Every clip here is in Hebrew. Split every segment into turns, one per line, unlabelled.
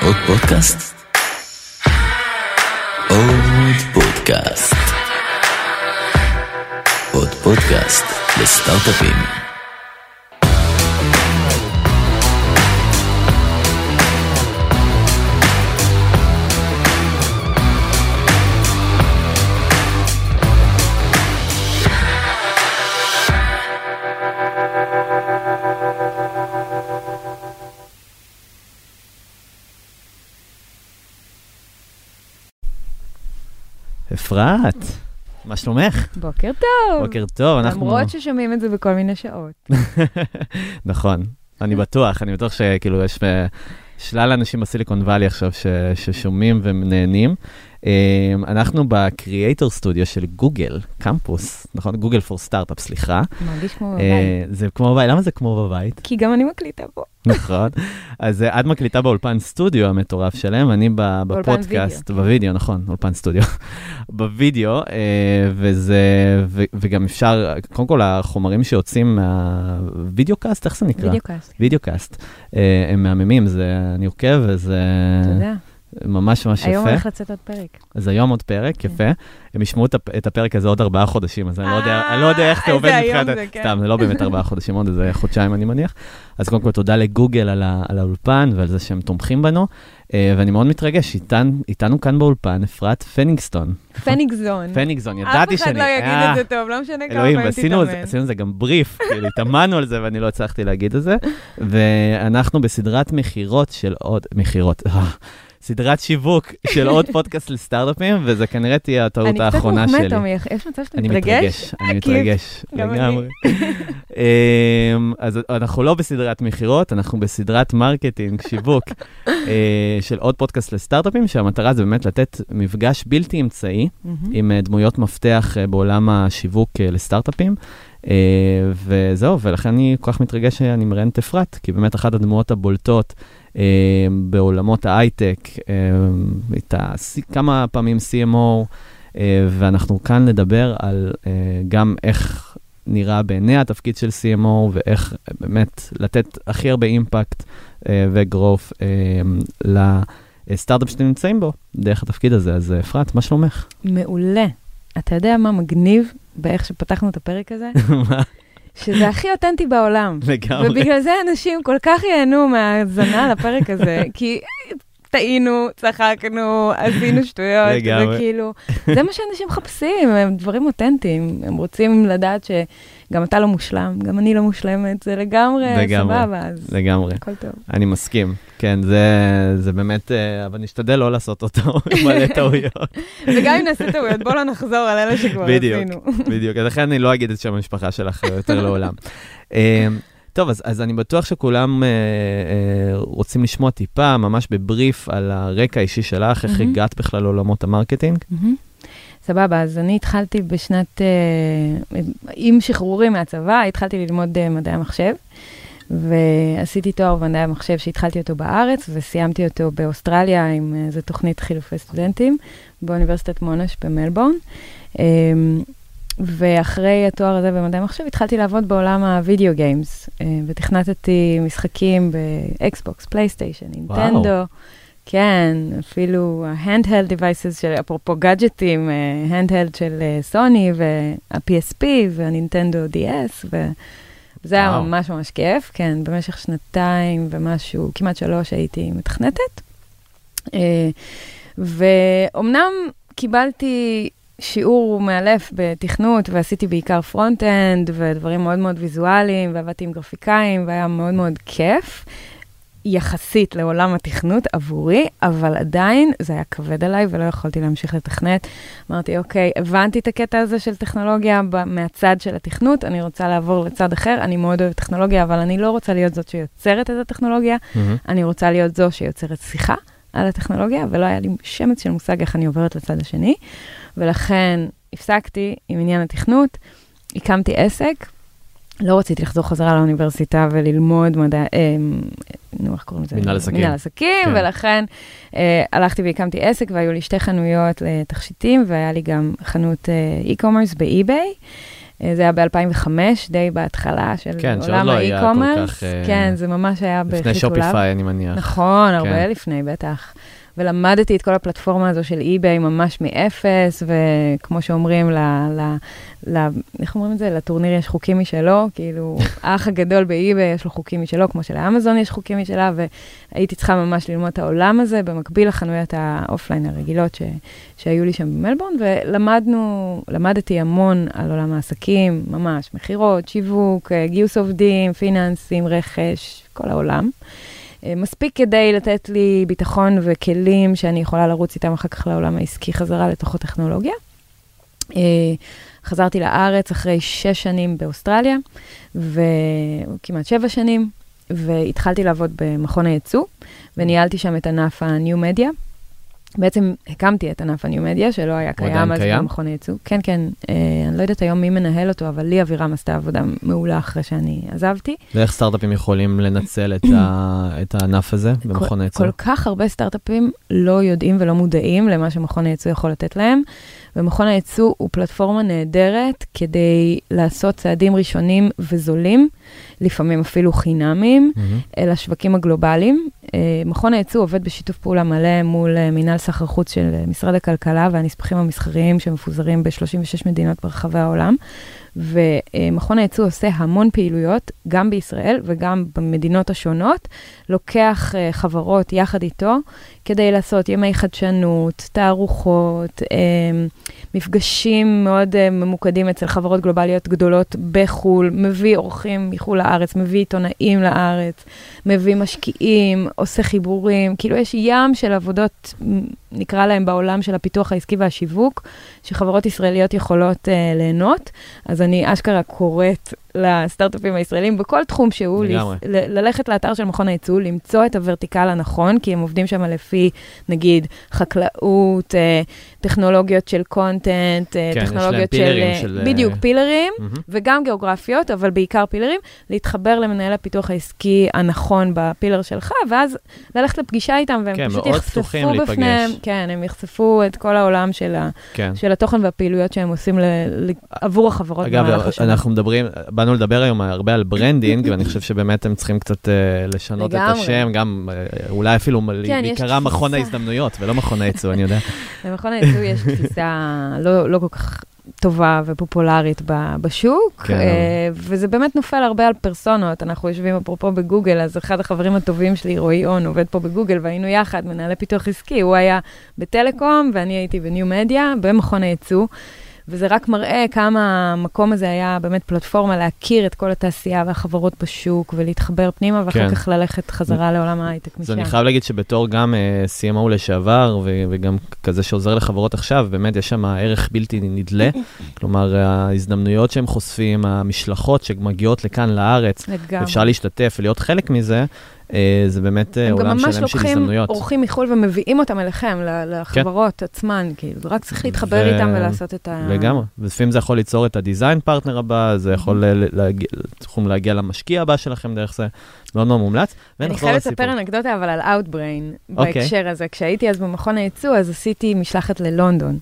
עוד פודקאסט? עוד פודקאסט. עוד פודקאסט לסטארט-אפים.
אפרת, מה שלומך?
בוקר טוב.
בוקר טוב.
למרות ששומעים את זה בכל מיני שעות.
נכון, אני בטוח שכאילו יש שלל אנשים בסיליקון ואלי עכשיו ששומעים ונהנים. אנחנו בקריאייטור סטודיו של גוגל, קמפוס, נכון? גוגל פור סטארט-אפ, סליחה.
מרגיש כמו בבית.
זה כמו בבית, למה זה כמו בבית?
כי גם אני מקליטה פה.
נכון. אז את מקליטה באולפן סטודיו המטורף שלהם, אני בפודקאסט, בווידאו, נכון, אולפן סטודיו. בווידאו, וגם אפשר, קודם כל החומרים שיוצאים מהווידאו-קאסט, איך זה נקרא?
וידאו-קאסט.
וידאו-קאסט. הם מהממים, אני עוקב, וזה...
תודה.
ממש ממש יפה.
היום הולך לצאת עוד פרק.
אז היום עוד פרק, יפה. הם ישמעו את הפרק הזה עוד 4 חודשים, אז אני לא יודע איך זה עובד מבחינת... סתם, זה לא באמת 4 חודשים, עוד איזה חודשיים אני מניח. אז קודם כל תודה לגוגל על האולפן ועל זה שהם תומכים בנו, ואני מאוד מתרגש, איתנו כאן באולפן, אפרת פניגסטון.
פניגזון,
ידעתי שאני...
אף אחד לא יגיד את זה טוב, לא משנה כמה
אלוהים,
פעמים תתאמן.
עשינו זה גם בריף, כאילו התאמנו על זה ואני לא הצלחתי להגיד את זה, ואנחנו בסדרת סדרת שיווק של עוד פודקאסט לסטארט-אפים, וזה כנראה תהיה הטעות האחרונה שלי.
אני קצת מוחמאת, יש מצב שאתה מתרגש?
אני מתרגש, לגמרי. אז אנחנו לא בסדרת מחירות, אנחנו בסדרת מרקטינג, שיווק, של עוד פודקאסט לסטארט-אפים, שהמטרה זה באמת לתת מפגש בלתי אמצעי, עם דמויות מפתח בעולם השיווק לסטארט-אפים, וזהו, ולכן אני כל כך מתרגש שאני מראיין את אפרת, כי באמת אחת הדמויות הבולטות, בעולמות ההייטק, כמה פעמים CMO, ואנחנו כאן לדבר על גם איך נראה בעיני התפקיד של CMO, ואיך באמת לתת הכי הרבה אימפקט וגרוף לסטארט-אפ שאתם נמצאים בו, דרך התפקיד הזה. אז אפרת, מה שלומך?
מעולה. אתה יודע מה מגניב באיך שפתחנו את הפרק הזה?
מה?
שזה הכי אותנטי בעולם.
לגמרי.
ובגלל זה אנשים כל כך ייהנו מהזנה לפרק הזה, כי טעינו, צחקנו, עשינו שטויות.
לגמרי.
וכאילו, זה מה שאנשים מחפשים, הם דברים אותנטיים. הם רוצים לדעת שגם אתה לא מושלם, גם אני לא מושלמת, זה לגמרי סבבה.
לגמרי.
הכל טוב.
אני מסכים. כן, זה באמת, אבל נשתדל לא לעשות אותו מלא טעויות.
וגם אם נעשה טעויות, בוא לא נחזור על אלה שכבר עשינו.
בדיוק. אז לכן אני לא אגיד את שם המשפחה שלך יותר לעולם. טוב, אז אני בטוח שכולם רוצים לשמוע טיפה, ממש בבריף, על הרקע האישי שלך, איך הגעת בכלל לעולמות המרקטינג.
סבבה, אז אני התחלתי עם שחרורי מהצבא, התחלתי ללמוד מדעי המחשב, ועשיתי תואר במדעי המחשב שהתחלתי אותו בארץ, וסיימתי אותו באוסטרליה עם איזו תוכנית חילופי סטודנטים, באוניברסיטת מונש במלבורן. ואחרי התואר הזה במדעי המחשב, התחלתי לעבוד בעולם הווידאו גיימס, ותכנתתי משחקים באקסבוקס, פלייסטיישן, נינטנדו, כן, אפילו ה-handheld devices של, אפרופו גאדג'טים, handheld של סוני, וה-PSP, והנינטנדו DS, וזה היה ממש ממש כיף, כן, במשך 2 ומשהו, כמעט 3 הייתי מתכנתת, ואומנם קיבלתי שיעור מאלף בתכנות, ועשיתי בעיקר פרונט-אנד, ודברים מאוד מאוד ויזואליים, ועבדתי עם גרפיקאים, והיה מאוד מאוד כיף, יחסית לעולם התכנות עבורי, אבל עדיין זה היה כבד עליי, ולא יכולתי להמשיך לתכנת. אמרתי, אוקיי, הבנתי את הקטע הזה של טכנולוגיה מהצד של התכנות, אני רוצה לעבור לצד אחר, אני מאוד אוהבת טכנולוגיה, אבל אני לא רוצה להיות זאת שיוצרת את הטכנולוגיה, אני רוצה להיות זו שיוצרת שיחה על הטכנולוגיה, ולא היה לי שמץ של מושג איך אני עוברת לצד השני, ולכן הפסקתי עם עניין התכנות, הקמתי עסק, לא רציתי לחזור חזרה לאוניברסיטה וללמוד מדע, איך קוראים לזה?
מנהל עסקים.
מנהל עסקים, כן. ולכן הלכתי והקמתי עסק, והיו לי 2 חנויות לתכשיטים, והיה לי גם חנות e-commerce באי-ביי, זה היה ב-2005, די בהתחלה של עולם האי-קומרס. כן, זה ממש היה בחיתוליו.
לפני שופיפיי, אני מניח.
נכון, הרבה לפני, בטח. ולמדתי את כל הפלטפורמה הזו של eBay ממש מאפס, וכמו שאומרים, איך אומרים את זה? לטורניר יש חוקים משלו, כאילו, האח הגדול ב-eBay יש לו חוקים משלו, כמו שלאמזון יש חוקים משלה, והייתי צריכה ממש ללמוד את העולם הזה, במקביל לחנויות האופליין הרגילות שהיו לי שם במלבורן, ולמדתי המון על עולם העסקים, ממש, מחירות, שיווק, גיוס עובדים, פיננסים, רכש, כל העולם. מספיק כדי לתת לי ביטחון וכלים שאני יכולה לרוץ איתם אחר כך לעולם העסקי חזרה לתוך הטכנולוגיה. חזרתי לארץ אחרי 6 שנים באוסטרליה, וכמעט 7 שנים, והתחלתי לעבוד במכון הייצוא, וניהלתי שם את ענף ה-New Media. בעצם הקמתי את ענף ה-New Media, שלא היה קיים אז במכון הייצוא. כן, כן, אני לא יודעת היום מי מנהל אותו, אבל לי אבירם עשתה עבודה מעולה אחרי שאני עזבתי.
ואיך סטארט-אפים יכולים לנצל את הענף הזה במכון הייצוא?
כל כך הרבה סטארט-אפים לא יודעים ולא מודעים למה שמכון הייצוא יכול לתת להם, ומכון הייצוא הוא פלטפורמה נהדרת כדי לעשות צעדים ראשונים וזולים, לפעמים אפילו חינמים, אל השווקים הגלובליים. מכון הייצוא עובד בשיתוף פעולה מלא מול מינהל סחר חוץ של משרד הכלכלה והנספחים המסחריים שמפוזרים ב-36 מדינות ברחבי העולם. ומכון הייצוא עושה המון פעילויות, גם בישראל וגם במדינות השונות, לוקח חברות יחד איתו, כדי לעשות ימי חדשנות, תערוכות, מפגשים מאוד ממוקדים אצל חברות גלובליות גדולות בחול, מביא אורחים מחול לארץ, מביא עיתונאים לארץ, מביא משקיעים, עושה חיבורים, כאילו יש ים של עבודות, נקרא להם בעולם של הפיתוח העסקי והשיווק, שחברות ישראליות יכולות ליהנות. אז אני אשכרה קוראת לסטארט-אפים הישראלים בכל תחום שהוא, ללכת לאתר של מכון הייצוא, למצוא את הוורטיקל הנכון, כי הם עובדים שם לפי, נגיד, חקלאות, טכנולוגיות של קונטנט, טכנולוגיות של... בדיוק, פילרים, וגם גיאוגרפיות, אבל בעיקר פילרים, להתחבר למנהל הפיתוח העסקי הנכון בפילר שלך, ואז ללכת לפגישה איתם, והם פשוט יחשפו בפניהם, כן, הם יחשפו את כל העולם של התוכן והפעילויות שהם עושים עבור החברות.
אגב, אנחנו מדברים, באנו לדבר היום הרבה על ברנדינג, ואני חושב שבאמת הם צריכים קצת לשנות את השם, גם אולי אפילו להיקרא מכון ההזדמנויות, ולא מכון הייצוא, אני יודע.
למכון הייצוא יש תפיסה לא כל כך טובה ופופולרית בשוק, וזה באמת נופל הרבה על פרסונות. אנחנו יושבים אפרופו בגוגל, אז אחד החברים הטובים שלי, רועי און, עובד פה בגוגל, והיינו יחד, מנהלי פיתוח עסקי, הוא היה בטלקום, ואני הייתי בניו מדיה, במכון הייצוא, וזה רק מראה כמה המקום הזה היה באמת פלטפורמה להכיר את כל התעשייה והחברות בשוק, ולהתחבר פנימה, ואחר כך ללכת חזרה לעולם ההייטק משם.
אני חייב להגיד שבתור גם CMO לשעבר, וגם כזה שעוזר לחברות עכשיו, באמת יש שם ערך בלתי נדלה, כלומר, ההזדמנויות שהם חושפים, המשלחות שמגיעות לכאן לארץ, אפשר להשתתף ולהיות חלק מזה, זה באמת עולם שלם של הזדמנויות. הם גם ממש לוקחים אורחים מחול ומביאים אותם אליכם, לחברות עצמן, כאילו, רק צריך להתחבר איתם ולעשות את ה... לגמרי, ולפעמים זה יכול ליצור את הדיזיין פרטנר הבא, זה יכול להגיע למשקיע הבא שלכם דרך זה, מאוד מאוד מומלץ.
אני חייבת לספר אנקדוטה, אבל על Outbrain, בהקשר הזה. כשהייתי אז במכון הייצוא, אז עשיתי משלחת ללונדון.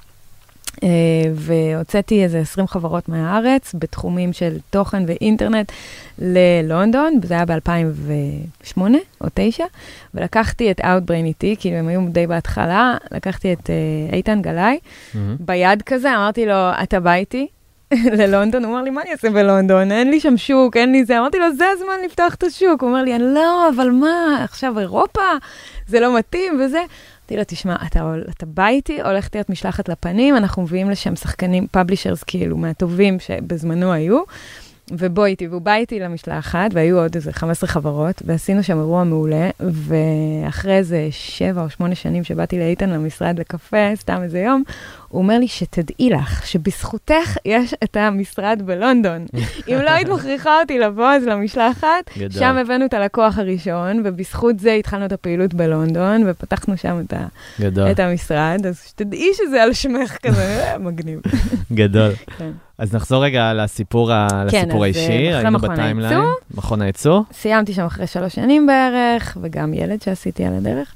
והוצאתי איזה 20 חברות מהארץ, בתחומים של תוכן ואינטרנט ללונדון, זה היה ב-2008 או 2009, ולקחתי את Outbrain איתי, כאילו הם היו די בהתחלה, לקחתי את איתן גלאי, ביד כזה, אמרתי לו, אתה בא איתי ללונדון? הוא אמר לי, מה אני אעשה בלונדון? אין לי שם שוק, אין לי זה. אמרתי לו, זה הזמן לפתוח את השוק. הוא אומר לי, לא, אבל מה, עכשיו אירופה, זה לא מתאים וזה. אמרתי לו, תשמע, אתה בא איתי, הולכת להיות משלחת לפנים, אנחנו מביאים לשם שחקנים, פאבלישרס כאילו, מהטובים שבזמנו היו, ובוא איתי, והוא בא איתי למשלחת, והיו עוד איזה 15 חברות, ועשינו שם אירוע מעולה, ואחרי איזה 7 או 8 שנים שבאתי לאיתן למשרד לקפה, סתם איזה יום, הוא אומר לי שתדעי לך, שבזכותך יש את המשרד בלונדון. אם לא היית מכריחה אותי לבוא אז למשלחת, שם הבאנו את הלקוח הראשון, ובזכות זה התחלנו את הפעילות בלונדון, ופתחנו שם את המשרד, אז שתדעי שזה על שמך כזה, מגניב.
גדול. אז נחזור רגע לסיפור האישי, היינו בטיימליין, מכון הייצוא. סיימתי
שם אחרי 3 שנים בערך, וגם ילד שעשיתי על הדרך,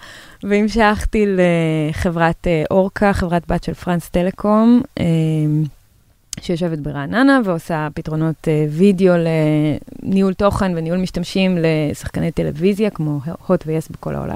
והמשכתי לחברת אורקה, חברת בת של פרנס טלקום, שיושבת ברעננה ועושה פתרונות וידאו לניהול תוכן וניהול משתמשים לשחקני טלוויזיה, כמו הוט ויס בכל העולם.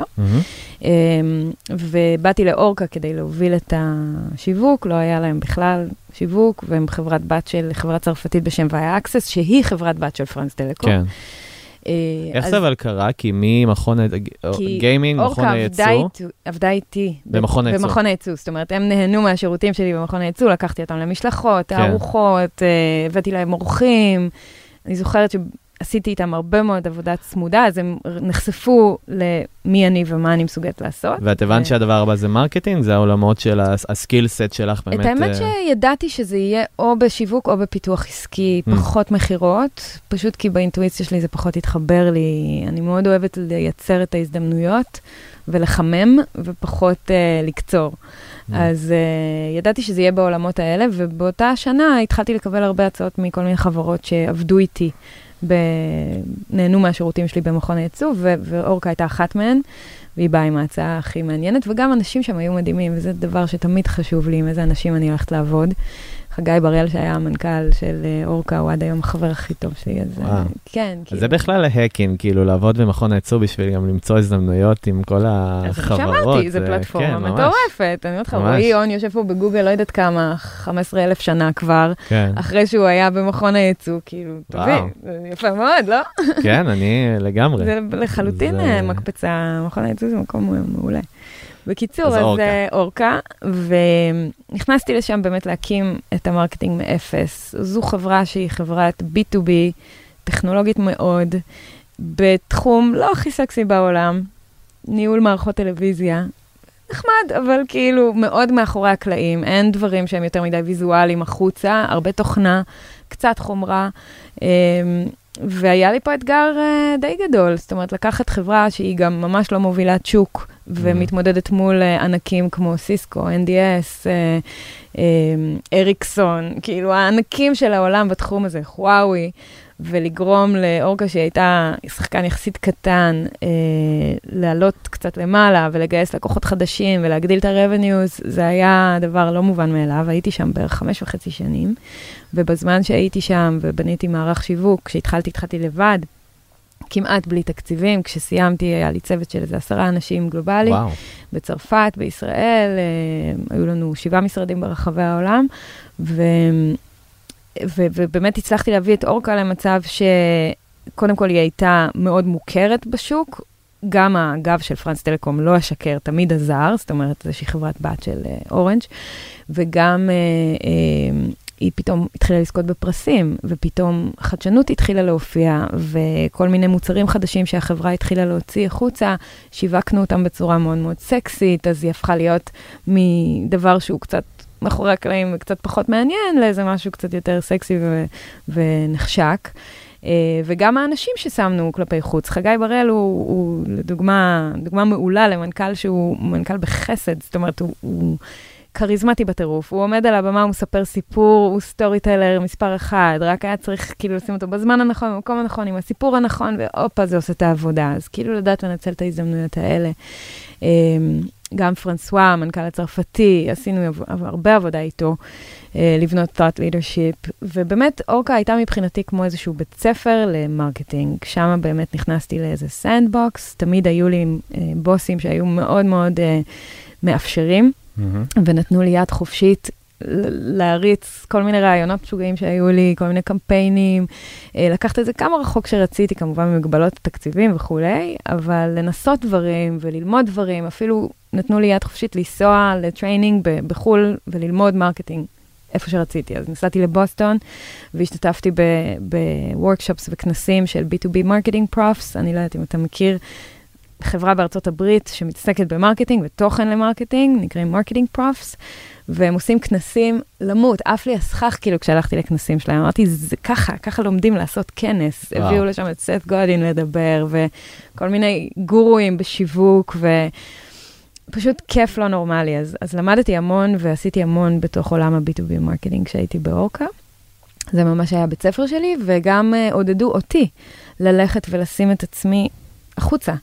ובאתי לאורקה כדי להוביל את השיווק, לא היה להם בכלל שיווק, והם חברת בת של חברה צרפתית בשם ויה אקסס, שהיא חברת בת של פרנס טלקום.
כן. איך זה אבל קרה? כי ממכון גיימינג, מכון הייצוא?
אורקה עבדה איתי במכון הייצוא. זאת אומרת, הם נהנו מהשירותים שלי במכון הייצוא, לקחתי אותם למשלחות, תערוכות, הבאתי להם אורחים. אני זוכרת שעשיתי איתם הרבה מאוד עבודה צמודה, אז הם נחשפו למי אני ומה אני מסוגלת לעשות. ואת
הבנת שהדבר הבא זה מרקטינג? זה העולמות של הסקיל סט שלך באמת?
את האמת שידעתי שזה יהיה או בשיווק או בפיתוח עסקי, פחות מחירות, פשוט כי באינטואיציה שלי זה פחות התחבר לי. אני מאוד אוהבת לייצר את ההזדמנויות ולחמם ופחות לקצור. אז ידעתי שזה יהיה בעולמות האלה, ובאותה שנה התחלתי לקבל הרבה הצעות מכל מיני חברות שעבדו איתי. נהנו מהשירותים שלי במכון הייצוא, ואורקה הייתה אחת מהן, והיא באה עם ההצעה הכי מעניינת, וגם אנשים שם היו מדהימים, וזה דבר שתמיד חשוב לי, עם איזה אנשים אני הולכת לעבוד. חגי בריאל, שהיה המנכ"ל של אורקה, הוא עד היום החבר הכי טוב שלי, אז כן.
אז זה בכלל להקינג, כאילו, לעבוד במכון הייצוא בשביל גם למצוא הזדמנויות עם כל החברות.
אז שמעתי, זו פלטפורמה מטורפת. אני אומרת לך, רועי און יושב פה בגוגל, לא יודעת כמה, 15,000 שנה כבר, אחרי שהוא היה במכון הייצוא, כאילו, תבין, יפה מאוד, לא?
כן, אני לגמרי.
זה לחלוטין מקפצה, מכון הייצוא זה מקום מעולה. בקיצור, אז אורקה, ונכנסתי לשם באמת להקים את המרקטינג מאפס. זו חברה שהיא חברת B2B, טכנולוגית מאוד, בתחום לא הכי סקסי בעולם, ניהול מערכות טלוויזיה, נחמד, אבל כאילו מאוד מאחורי הקלעים, אין דברים שהם יותר מדי ויזואליים החוצה, הרבה תוכנה, קצת חומרה, והיה לי פה אתגר די גדול, זאת אומרת, לקחת חברה שהיא גם ממש לא מובילת שוק, ומתמודדת מול ענקים כמו סיסקו, NDS, אריקסון, כאילו הענקים של העולם בתחום הזה, חוואוי, ולגרום לאורקה שהייתה שחקן יחסית קטן, לעלות קצת למעלה ולגייס לקוחות חדשים ולהגדיל את ה-revenues, זה היה דבר לא מובן מאליו. הייתי שם בערך 5.5 שנים, ובזמן שהייתי שם ובניתי מערך שיווק, כשהתחלתי לבד, כמעט בלי תקציבים, כשסיימתי היה לי צוות של איזה 10 אנשים גלובלי, בצרפת, בישראל, היו לנו 7 משרדים ברחבי העולם, ובאמת הצלחתי להביא את אורקה למצב שקודם כל היא הייתה מאוד מוכרת בשוק, גם הגב של פרנס טלקום לא השקר, תמיד עזר, זאת אומרת, זו שהיא חברת בת של אורנג', וגם היא פתאום התחילה לזכות בפרסים, ופתאום חדשנות התחילה להופיע, וכל מיני מוצרים חדשים שהחברה התחילה להוציא החוצה, שיווקנו אותם בצורה מאוד מאוד סקסית, אז היא הפכה להיות מדבר שהוא קצת מאחורי הקלעים וקצת פחות מעניין, לאיזה משהו קצת יותר סקסי ונחשק. וגם האנשים ששמנו כלפי חוץ. חגי בראל הוא דוגמה מעולה למנכ"ל שהוא מנכ"ל בחסד, זאת אומרת, הוא קריזמטי בטירוף, הוא עומד על הבמה, הוא מספר סיפור, הוא סטורי טיילר מספר 1, רק היה צריך כאילו לשים אותו בזמן הנכון, במקום הנכון, עם הסיפור הנכון, ואופה, זה עושה את העבודה. אז כאילו לדעת לנצל את ההזדמנויות האלה. גם פרנסואה, המנכ"ל הצרפתי, עשינו הרבה עבודה איתו, לבנות thought leadership, ובאמת אורקה הייתה מבחינתי כמו איזשהו בית ספר למרקטינג, שם באמת נכנסתי לאיזה סנדבוקס, תמיד היו לי בוסים שהיו מאוד מאוד מאפשרים, ונתנו לי יד חופשית להריץ כל מיני רעיונות משוגעים שהיו לי, כל מיני קמפיינים, לקחת את זה כמה רחוק שרציתי, כמובן במגבלות התקציבים וכולי, אבל לנסות דברים וללמוד דברים, אפילו נתנו לי יד חופשית לנסוע לטריינינג בחול וללמוד מרקטינג איפה שרציתי. אז נסעתי לבוסטון והשתתפתי בוורקשופס וכנסים של B2B Marketing Profs, אני לא יודעת אם אתה מכיר, חברה בארצות הברית שמתעסקת במרקטינג ותוכן למרקטינג, נקראים Marketing Profs, והם עושים כנסים למות, אף לי הסכך כאילו כשהלכתי לכנסים שלהם, אמרתי, זה ככה לומדים לעשות כנס, הביאו לשם את סת גודין לדבר, וכל מיני גורואים בשיווק, ופשוט כיף לא נורמלי, אז למדתי המון ועשיתי המון בתוך עולם ה-B2B מרקטינג כשהייתי באורקה, זה ממש היה בית ספר שלי, וגם עודדו אותי ללכת ולשים את עצמי החוצה,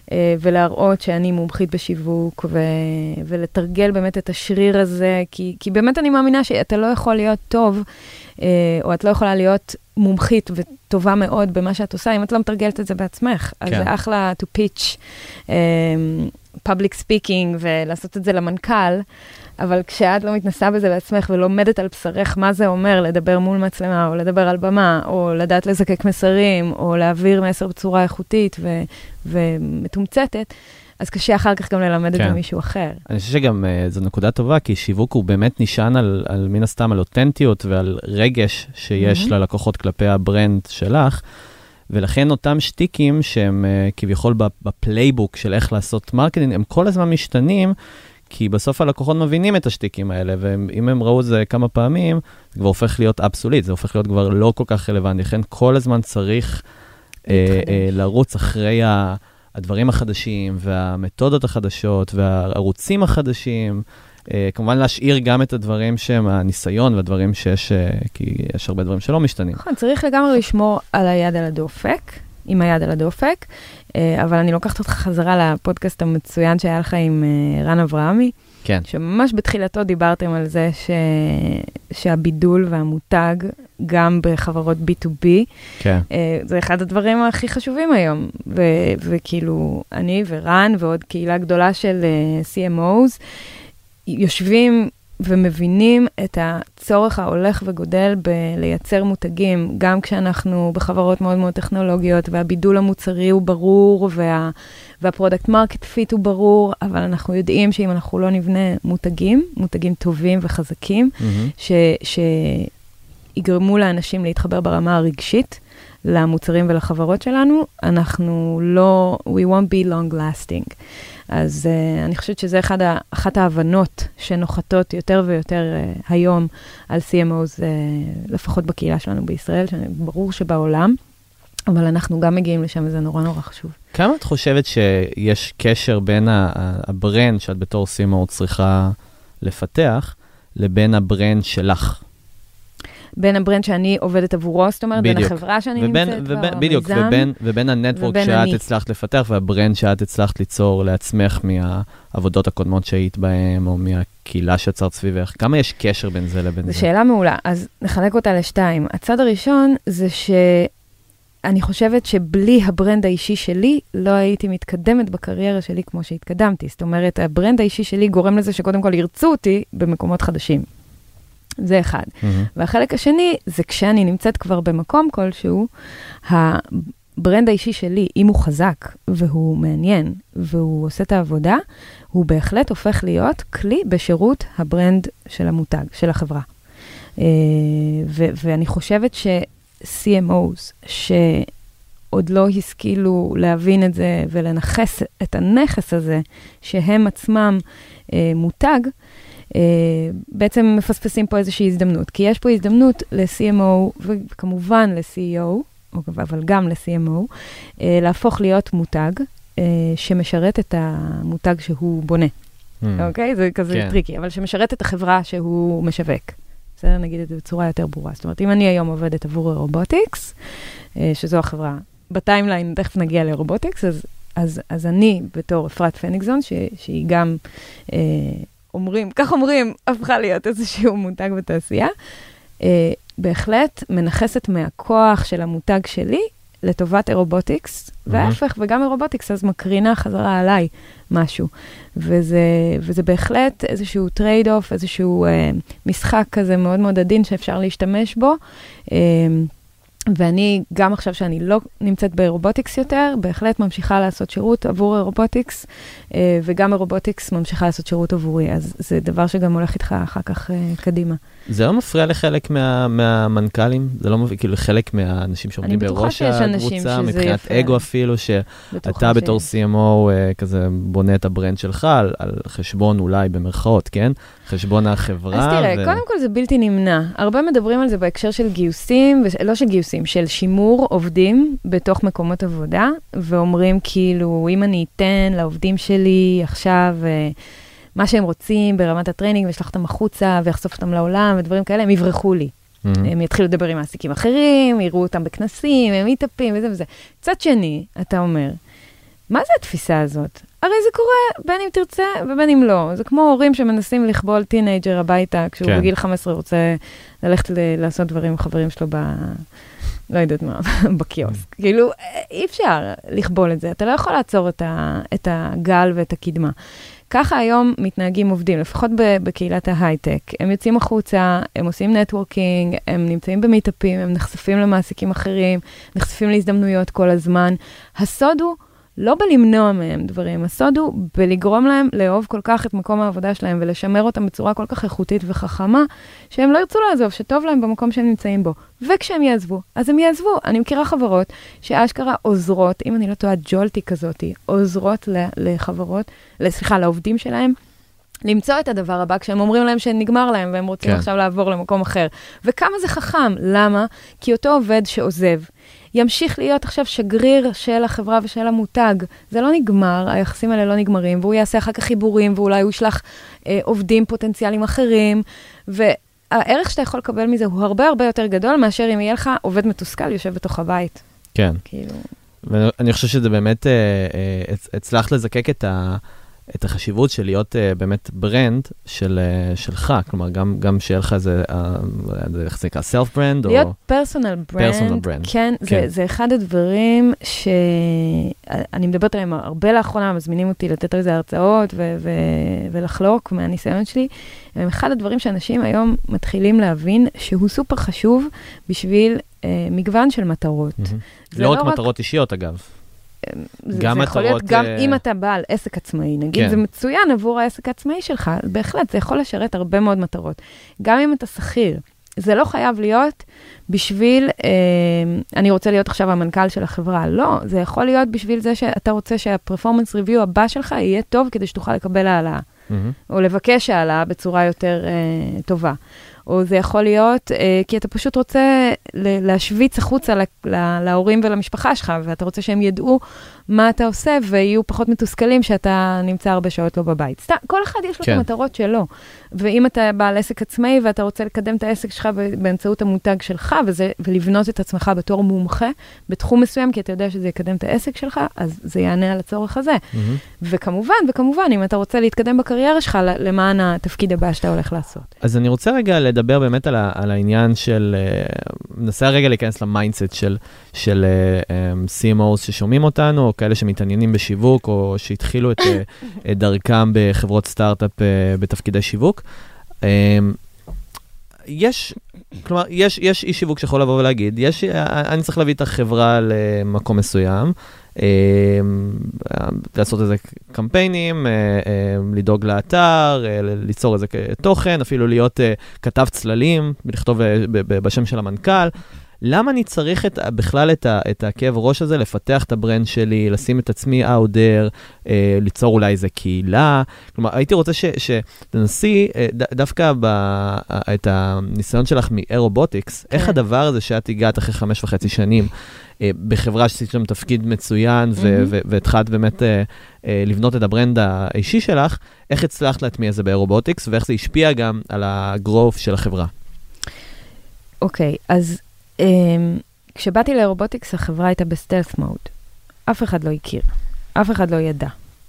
ולהראות שאני מומחית בשיווק, ולתרגל באמת את השריר הזה, כי באמת אני מאמינה שאתה לא יכול להיות טוב, או את לא יכולה להיות מומחית וטובה מאוד במה שאת עושה, אם את לא מתרגלת את זה בעצמך. אז זה אחלה to pitch, public speaking, ולעשות את זה למנכ"ל, אבל כשאת לא מתנסה בזה בעצמך ולומדת על בשרך מה זה אומר לדבר מול מצלמה, או לדבר על במה, או לדעת לזקק מסרים, או להעביר מסר בצורה איכותית ומתומצתת, אז קשה אחר כך גם ללמד את זה מישהו אחר.
אני חושב שגם זו נקודה טובה, כי שיווק הוא באמת נשען על מן הסתם, על אותנטיות ועל רגש שיש ללקוחות כלפי הברנד שלך, ולכן אותם שטיקים שהם כביכול בפלייבוק של איך לעשות מרקטינג, הם כל הזמן משתנים, כי בסוף הלקוחות מבינים את השטיקים האלה, ואם הם ראו את זה כמה פעמים, זה כבר הופך להיות אבסולית, זה הופך להיות כבר לא כל כך רלוונטי, לכן כל הזמן צריך לרוץ אחרי הדברים החדשים, והמתודות החדשות, והערוצים החדשים, כמובן להשאיר גם את הדברים שהם הניסיון, והדברים שיש, כי יש הרבה דברים שלא משתנים.
נכון, צריך לגמרי לשמור על היד על הדופק, עם היד על הדופק, אבל אני לוקחת אותך חזרה לפודקאסט המצוין שהיה לך עם רן אברהמי,
כן.
שממש בתחילתו דיברתם על זה שהבידול והמותג, גם בחברות B2B,
כן.
זה אחד הדברים הכי חשובים היום. וכאילו, אני ורן ועוד קהילה גדולה של CMOs, יושבים ומבינים את הצורך ההולך וגודל בלייצר מותגים, גם כשאנחנו בחברות מאוד מאוד טכנולוגיות, והבידול המוצרי הוא ברור, והפרודקט מרקט פיט הוא ברור, אבל אנחנו יודעים שאם אנחנו לא נבנה מותגים טובים וחזקים, שיגרמו לאנשים להתחבר ברמה הרגשית, למוצרים ולחברות שלנו, אנחנו לא, we won't be long lasting. אז אני חושבת שזה אחת ההבנות שנוחתות יותר ויותר היום על CMOs, לפחות בקהילה שלנו בישראל, ברור שבעולם, אבל אנחנו גם מגיעים לשם, וזה נורא נורא חשוב.
כמה את חושבת שיש קשר בין הברנד שאת בתור CMO צריכה לפתח, לבין הברנד שלך?
בין הברנד שאני עובדת עבורו, זאת אומרת, בין החברה שאני נמצאת בה,
בדיוק, ובין הנטוורק שאת הצלחת לפתח, והברנד שאת הצלחת ליצור לעצמך מהעבודות הקודמות שהיית בהן, או מהקהילה שיצרת סביבך. כמה יש קשר בין זה לבין זה?
זו שאלה מעולה, אז נחלק אותה לשתיים. הצד הראשון זה שאני חושבת שבלי הברנד האישי שלי, לא הייתי מתקדמת בקריירה שלי כמו שהתקדמתי. זאת אומרת, הברנד האישי שלי גורם לזה שקודם כל ירצו אותי במקומות חדשים. זה אחד. והחלק השני, זה כשאני נמצאת כבר במקום כלשהו, הברנד האישי שלי, אם הוא חזק, והוא מעניין, והוא עושה את העבודה, הוא בהחלט הופך להיות כלי בשירות הברנד של המותג, של החברה. ואני חושבת ש-CMOs, שעוד לא השכילו להבין את זה, ולנחס את הנכס הזה, שהם עצמם מותג, בעצם מפספסים פה איזושהי הזדמנות, כי יש פה הזדמנות ל-CMO, וכמובן ל-CEO, אבל גם ל-CMO, להפוך להיות מותג, שמשרת את המותג שהוא בונה. אוקיי? זה כזה טריקי, אבל שמשרת את החברה שהוא משווק. בסדר, נגיד את זה בצורה יותר ברורה. זאת אומרת, אם אני היום עובדת עבור רובוטיקס, שזו החברה, בטיימליין, תכף נגיע לרובוטיקס, אז אני בתור אפרת פניגזון, שהיא גם כך אומרים, הפכה להיות איזשהו מותג בתעשייה, בהחלט מנחסת מהכוח של המותג שלי לטובת אירובוטיקס, וההפך, וגם אירובוטיקס, אז מקרינה חזרה עליי משהו. וזה בהחלט איזשהו טרייד-אוף, איזשהו משחק כזה מאוד מאוד עדין שאפשר להשתמש בו, ואני, גם עכשיו שאני לא נמצאת באירובוטיקס יותר, בהחלט ממשיכה לעשות שירות עבור אירובוטיקס, וגם אירובוטיקס ממשיכה לעשות שירות עבורי, אז זה דבר שגם הולך איתך אחר כך קדימה.
זה לא מפריע לחלק מהמנכ"לים? זה לא מפריע, כאילו חלק מהאנשים שעומדים בראש הקבוצה, מבחינת אגו אפילו, שאתה בתור CMO כזה בונה את הברנד שלך, על חשבון אולי במרכאות, כן? חשבון החברה.
אז תראה, קודם כל זה בלתי נמנע. הרבה מדברים על זה בהקשר של גיוסים, לא של גיוסים, של שימור עובדים בתוך מקומות עבודה, ואומרים כאילו, אם אני אתן לעובדים שלי עכשיו מה שהם רוצים ברמת הטריינינג, וישלח אותם החוצה, ויחשוף אותם לעולם, ודברים כאלה, הם יברחו לי. הם יתחילו לדבר עם מעסיקים אחרים, יראו אותם בכנסים, הם יטפים וזה וזה. קצת שני, אתה אומר, מה זה התפיסה הזאת? הרי זה קורה בין אם תרצה ובין אם לא. זה כמו הורים שמנסים לכבול טינאג'ר הביתה, כשהוא בגיל 15 רוצה ללכת לעשות דברים עם חברים שלו לא יודעת מה, בקיוסק. כאילו, אי אפשר לכבול את זה. אתה לא יכול לעצור את הגל ואת הקדמה. ככה היום מתנהגים עובדים, לפחות בקהילת ההייטק. הם יוצאים החוצה, הם עושים נטוורקינג, הם נמצאים במיטאפים, הם נחשפים למעסיקים אחרים, נחשפים להזדמנויות כל הזמן. הסוד הוא לא בלמנוע מהם דברים, הסוד הוא בלגרום להם לאהוב כל כך את מקום העבודה שלהם ולשמר אותם בצורה כל כך איכותית וחכמה, שהם לא ירצו לעזוב, שטוב להם במקום שהם נמצאים בו. וכשהם יעזבו, אז הם יעזבו. אני מכירה חברות שאשכרה עוזרות, אם אני לא טועה, ג'ולטי כזאת, עוזרות לעובדים שלהם, למצוא את הדבר הבא, כשהם אומרים להם שנגמר להם, והם רוצים עכשיו לעבור למקום אחר. וכמה זה חכם? למה? כי אותו עובד שעוזב, ימשיך להיות עכשיו שגריר של החברה ושל המותג. זה לא נגמר, היחסים האלה לא נגמרים, והוא יעשה אחר כך חיבורים, ואולי הוא ישלח עובדים פוטנציאליים אחרים, והערך שאתה יכול לקבל מזה הוא הרבה הרבה יותר גדול, מאשר אם יהיה לך עובד מתוסכל יושב בתוך הבית.
כן.
כאילו...
ואני חושב שזה באמת, הצלחת לזקק את החשיבות של להיות באמת ברנד שלך, כלומר, גם שיהיה לך איזה, איך זה נקרא, self brand,
להיות personal brand, כן, זה אחד הדברים שאני מדברת עליהם הרבה לאחרונה, מזמינים אותי לתת איזה הרצאות ולחלוק מהניסיון שלי, הם אחד הדברים שאנשים היום מתחילים להבין שהוא סופר חשוב בשביל מגוון של מטרות.
לא רק מטרות אישיות, אגב.
זה יכול להיות גם אם אתה בעל עסק עצמאי, נגיד, זה מצוין עבור העסק העצמאי שלך, בהחלט, זה יכול לשרת הרבה מאוד מטרות. גם אם אתה שכיר, זה לא חייב להיות בשביל, אני רוצה להיות עכשיו המנכ"ל של החברה, לא, זה יכול להיות בשביל זה שאתה רוצה שהפרפורמנס ריוויו הבא שלך יהיה טוב, כדי שתוכל לקבל העלאה, או לבקש העלאה בצורה יותר טובה. או זה יכול להיות, כי אתה פשוט רוצה להשוויץ החוצה להורים ולמשפחה שלך, ואתה רוצה שהם ידעו מה אתה עושה, ויהיו פחות מתוסכלים שאתה נמצא הרבה שעות לא בבית. סתם, כל אחד יש לו את המטרות שלו. ואם אתה בעל עסק עצמאי, ואתה רוצה לקדם את העסק שלך באמצעות המותג שלך, ולבנות את עצמך בתור מומחה, בתחום מסוים, כי אתה יודע שזה יקדם את העסק שלך, אז זה יענה על הצורך הזה. וכמובן, אם אתה רוצה להתקדם בקריירה שלך, למען התפקיד הבא שאתה הולך לעשות.
אז אני רוצה רגע לדבר באמת על העניין של, ננסה רגע להיכנס למיינדסט של CMOs ששומעים אותנו, או כאלה שמתעניינים בשיווק, או שהתחילו את דרכם בחברות סטארט-אפ בתפקידי שיווק. כלומר, יש אי שיווק שיכול לבוא ולהגיד, אני צריך להביא את החברה למקום מסוים, לעשות איזה קמפיינים, לדאוג לאתר, ליצור איזה תוכן, אפילו להיות כתב צללים, לכתוב בשם של המנכ"ל. למה אני צריך בכלל את הכאב ראש הזה, לפתח את הברנד שלי, לשים את עצמי out there, ליצור אולי איזה קהילה? כלומר, הייתי רוצה שתנסי דווקא את הניסיון שלך מאירובוטיקס, איך הדבר הזה שאת הגעת אחרי 5.5 שנים, בחברה שעשית שם תפקיד מצוין, והתחלת באמת לבנות את הברנד האישי שלך, איך הצלחת להטמיע את זה באירובוטיקס, ואיך זה השפיע גם על הגרוף של החברה?
אוקיי, אז כשבאתי לאירובוטיקס, החברה הייתה בסטלף מוד. אף אחד לא הכיר, אף אחד לא ידע.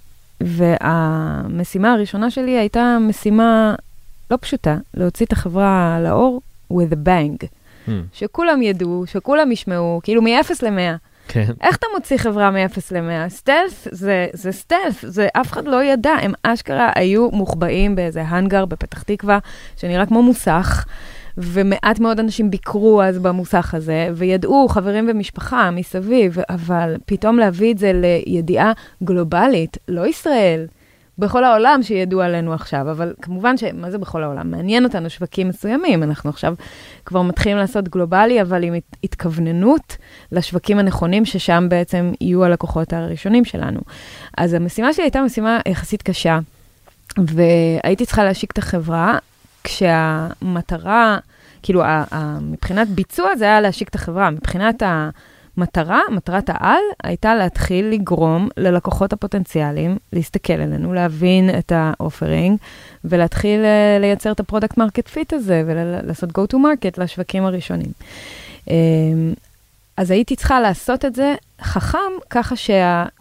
והמשימה הראשונה שלי הייתה משימה לא פשוטה, להוציא את החברה לאור with a bang. שכולם ידעו, שכולם ישמעו, כאילו מ-0 ל-100.
כן.
איך אתה מוציא חברה מ-0 ל-100? סטלף זה סטלף, זה אף אחד לא ידע. הם אשכרה היו מוחבאים באיזה הנגר בפתח תקווה, שנראה כמו מוסך, ומעט מאוד אנשים ביקרו אז במוסך הזה, וידעו חברים ומשפחה מסביב, אבל פתאום להביא את זה לידיעה גלובלית, לא ישראל, בכל העולם שידעו עלינו עכשיו, אבל כמובן מה זה בכל העולם? מעניין אותנו שווקים מסוימים, אנחנו עכשיו כבר מתחילים לעשות גלובלי, אבל עם התכווננות לשווקים הנכונים, ששם בעצם יהיו הלקוחות הראשונים שלנו. אז המשימה שלי הייתה משימה יחסית קשה, והייתי צריכה להשיק את החברה, כשהמטרה, כאילו, מבחינת ביצוע זה היה להשיק את החברה, מבחינת מטרת העל, הייתה להתחיל לגרום ללקוחות הפוטנציאליים, להסתכל עלינו, להבין את האופרינג, ולהתחיל לייצר את הפרודקט מרקט פיט הזה, ולעשות go to market לשווקים הראשונים. אז הייתי צריכה לעשות את זה חכם, ככה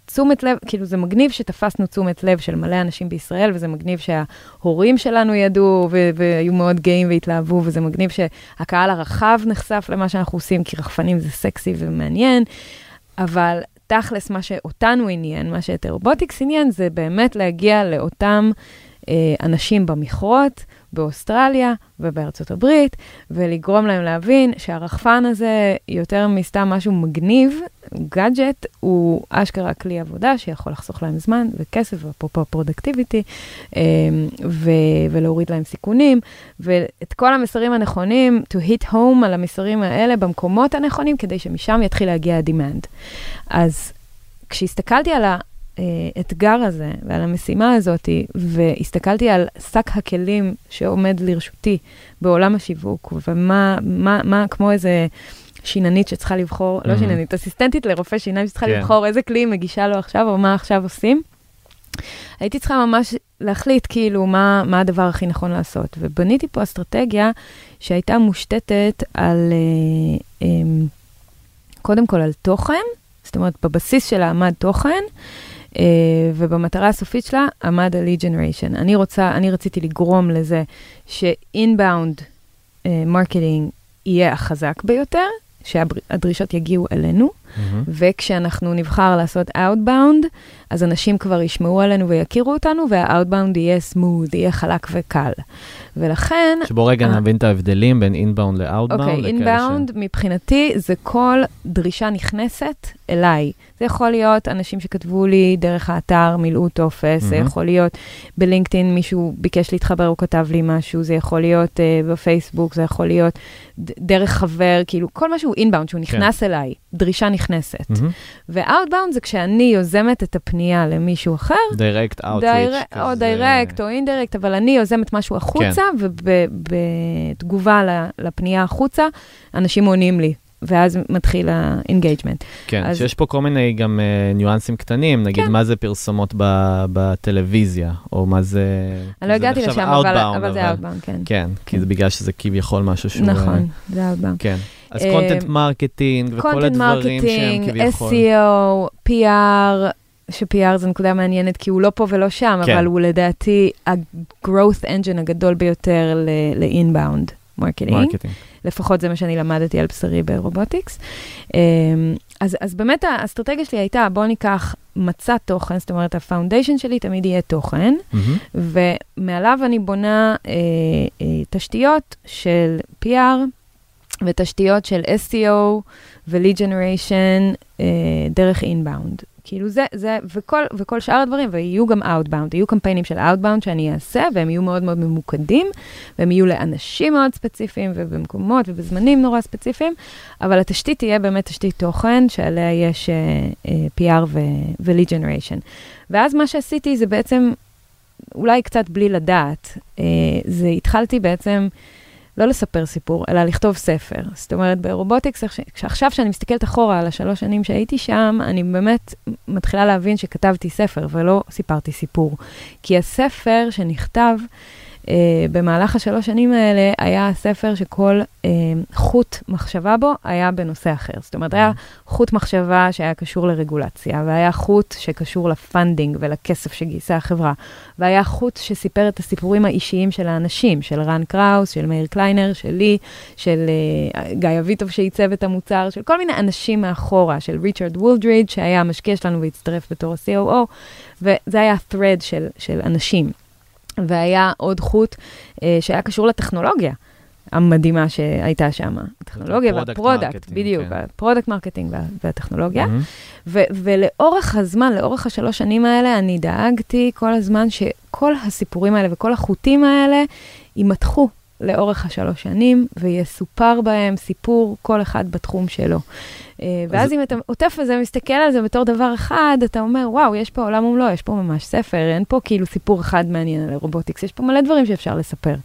תשומת לב, כאילו זה מגניב שתפסנו תשומת לב של מלא אנשים בישראל, וזה מגניב שההורים שלנו ידעו, והיו מאוד גאים והתלהבו, וזה מגניב שהקהל הרחב נחשף למה שאנחנו עושים, כי רחפנים זה סקסי ומעניין, אבל תכלס מה שאותנו עניין, מה שאת רובוטיקס עניין, זה באמת להגיע לאותם אנשים במכרות, באוסטרליה ובארצות הברית, ולגרום להם להבין שהרחפן הזה יותר מסתם משהו מגניב, גאדג'ט, הוא אשכרה כלי עבודה שיכול לחסוך להם זמן וכסף ואפרופו פרודקטיביטי, ולהוריד להם סיכונים, ואת כל המסרים הנכונים, to hit home על המסרים האלה במקומות הנכונים, כדי שמשם יתחיל להגיע ה-demand. אז כשהסתכלתי על האתגר הזה ועל המשימה הזאת, והסתכלתי על שק הכלים שעומד לרשותי בעולם השיווק, ומה כמו איזה שיננית שצריכה לבחור, לא שיננית, אסיסטנטית לרופא שיניים שצריכה לבחור איזה כלי מגישה לו עכשיו, או מה עכשיו עושים. הייתי צריכה ממש להחליט כאילו מה הדבר הכי נכון לעשות. ובניתי פה אסטרטגיה שהייתה מושתתת על, קודם כל על תוכן, זאת אומרת, בבסיס שלה עמד תוכן, ובמטרה הסופית שלה עמד ה-lead generation. אני רציתי לגרום לזה ש-inbound marketing יהיה החזק ביותר, שהדרישות יגיעו אלינו, וכשאנחנו נבחר לעשות outbound, אז אנשים כבר ישמעו עלינו ויכירו אותנו, וה-outbound יהיה smooth, יהיה חלק וקל. ולכן...
שבו רגע נבין את ההבדלים בין inbound ל-outbound.
אוקיי, inbound מבחינתי זה כל דרישה נכנסת אליי. זה יכול להיות אנשים שכתבו לי דרך האתר, מילאו טופס, זה יכול להיות בלינקדאין מישהו ביקש להתחבר, הוא כתב לי משהו, זה יכול להיות בפייסבוק, זה יכול להיות דרך חבר, כאילו כל משהו inbound שהוא נכנס אליי, דרישה נכנסת. ו-outbound זה כשאני יוזמת את הפנייה למישהו אחר.
direct outreach.
או direct או indirect, אבל אני יוזמת משהו החוצה, ובתגובה לפנייה החוצה, אנשים עונים לי. ואז מתחיל ה-engagement.
כן, שיש פה כל מיני גם ניואנסים קטנים, נגיד מה זה פרסומות בטלוויזיה, או מה זה...
אני לא הגעתי לשם, אבל זה outbound, כן.
כן, כי זה בגלל שזה כביכול משהו שהוא...
נכון, זה outbound.
כן, אז content marketing וכל הדברים שהם כביכול...
SEO, PR, ש-PR זה נקודה מעניינת, כי הוא לא פה ולא שם, אבל הוא לדעתי ה-growth engine הגדול ביותר ל-inbound marketing. לפחות זה מה שאני למדתי על בשרי ברובוטיקס. אז באמת האסטרטגיה שלי הייתה, בוא ניקח מצע תוכן, זאת אומרת, הפאונדיישן שלי תמיד יהיה תוכן, ומעליו אני בונה תשתיות של PR, ותשתיות של SEO ו-lead generation דרך inbound. כאילו זה, וכל שאר הדברים, ויהיו גם outbound, יהיו קמפיינים של outbound שאני אעשה, והם יהיו מאוד מאוד ממוקדים, והם יהיו לאנשים מאוד ספציפיים, ובמקומות ובזמנים נורא ספציפיים, אבל התשתית תהיה באמת תשתית תוכן, שעליה יש PR ו-lead generation. ואז מה שעשיתי זה בעצם, אולי קצת בלי לדעת, זה התחלתי בעצם, לא לספר סיפור, אלא לכתוב ספר. זאת אומרת, ברובוטיקס, עכשיו שאני מסתכלת אחורה על 3 שנים שהייתי שם, אני באמת מתחילה להבין שכתבתי ספר, ולא סיפרתי סיפור. כי הספר שנכתב במהלך 3 שנים האלה, היה ספר שכל חוט מחשבה בו היה בנושא אחר. זאת אומרת, היה חוט מחשבה שהיה קשור לרגולציה, והיה חוט שקשור לפנדינג ולכסף שגייסה החברה, והיה חוט שסיפר את הסיפורים האישיים של האנשים, של רן קראוס, של מאיר קליינר, שלי, של גיא אביטוב שייצב את המוצר, של כל מיני אנשים מאחורה, של ריצ'רד וולדריד, שהיה המשקיע שלנו והצטרף בתור ה-COO, וזה היה thread של אנשים. והיה עוד חוט שהיה קשור לטכנולוגיה המדהימה שהייתה שם. הטכנולוגיה והפרודקט, בדיוק, הפרודקט מרקטינג והטכנולוגיה. ולאורך הזמן, לאורך 3 שנים האלה, אני דאגתי כל הזמן שכל הסיפורים האלה וכל החוטים האלה יימתחו לאורך 3 שנים, ויסופר בהם סיפור כל אחד בתחום שלו. ואז אם אתה עוטף וזה מסתכל על זה בתור דבר אחד, אתה אומר, וואו, יש פה עולם ומלואו, יש פה ממש ספר, אין פה כאילו סיפור אחד מעניין על רובוטיקס, יש פה מלא דברים שאפשר לספר.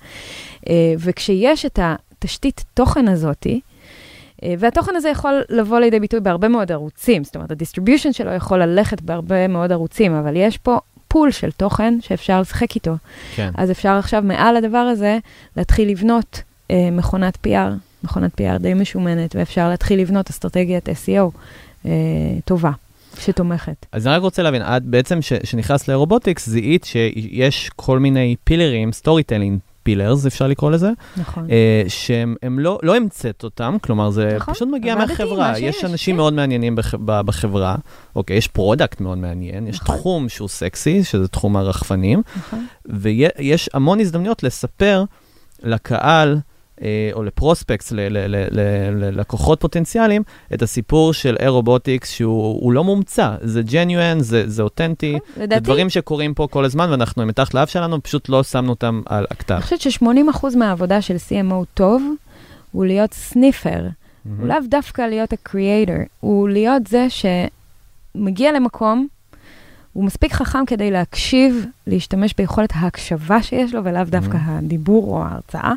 וכשיש את התשתית תוכן הזאת, והתוכן הזה יכול לבוא לידי ביטוי בהרבה מאוד ערוצים, זאת אומרת, הדיסטריביושן שלו יכול ללכת בהרבה מאוד ערוצים, אבל יש פה פול של תוכן שאפשר לשחק איתו. כן. אז אפשר עכשיו מעל הדבר הזה להתחיל לבנות מכונת PR די משומנת, ואפשר להתחיל לבנות אסטרטגיית SEO טובה. שתומכת.
אז אני רק רוצה להבין, את בעצם שנכנס לרובוטיקס, זיהית שיש כל מיני פילרים, סטורי טיילינג פילרס, אפשר לקרוא לזה,
נכון.
שהם לא המצאת אותם, כלומר, זה פשוט מגיע מהחברה. יש אנשים מאוד מעניינים בחברה, אוקיי, יש פרודקט מאוד מעניין, יש תחום שהוא סקסי, שזה תחום הרחפנים, ויש המון הזדמנויות לספר לקהל, או לפרוספקטס, ללקוחות פוטנציאליים, את הסיפור של אירובוטיקס, שהוא לא מומצא, זה ג'ניואן, זה אותנטי, זה דברים שקורים פה כל הזמן, ואנחנו מתחת לאף שלנו, פשוט לא שמנו אותם על הכתב.
אני חושבת ש80% מהעבודה של CMO טוב, הוא להיות סניפר, הוא לאו דווקא להיות הקריאייטר, הוא להיות זה שמגיע למקום, הוא מספיק חכם כדי להקשיב, להשתמש ביכולת ההקשבה שיש לו, ולאו דווקא הדיבור או ההרצאה,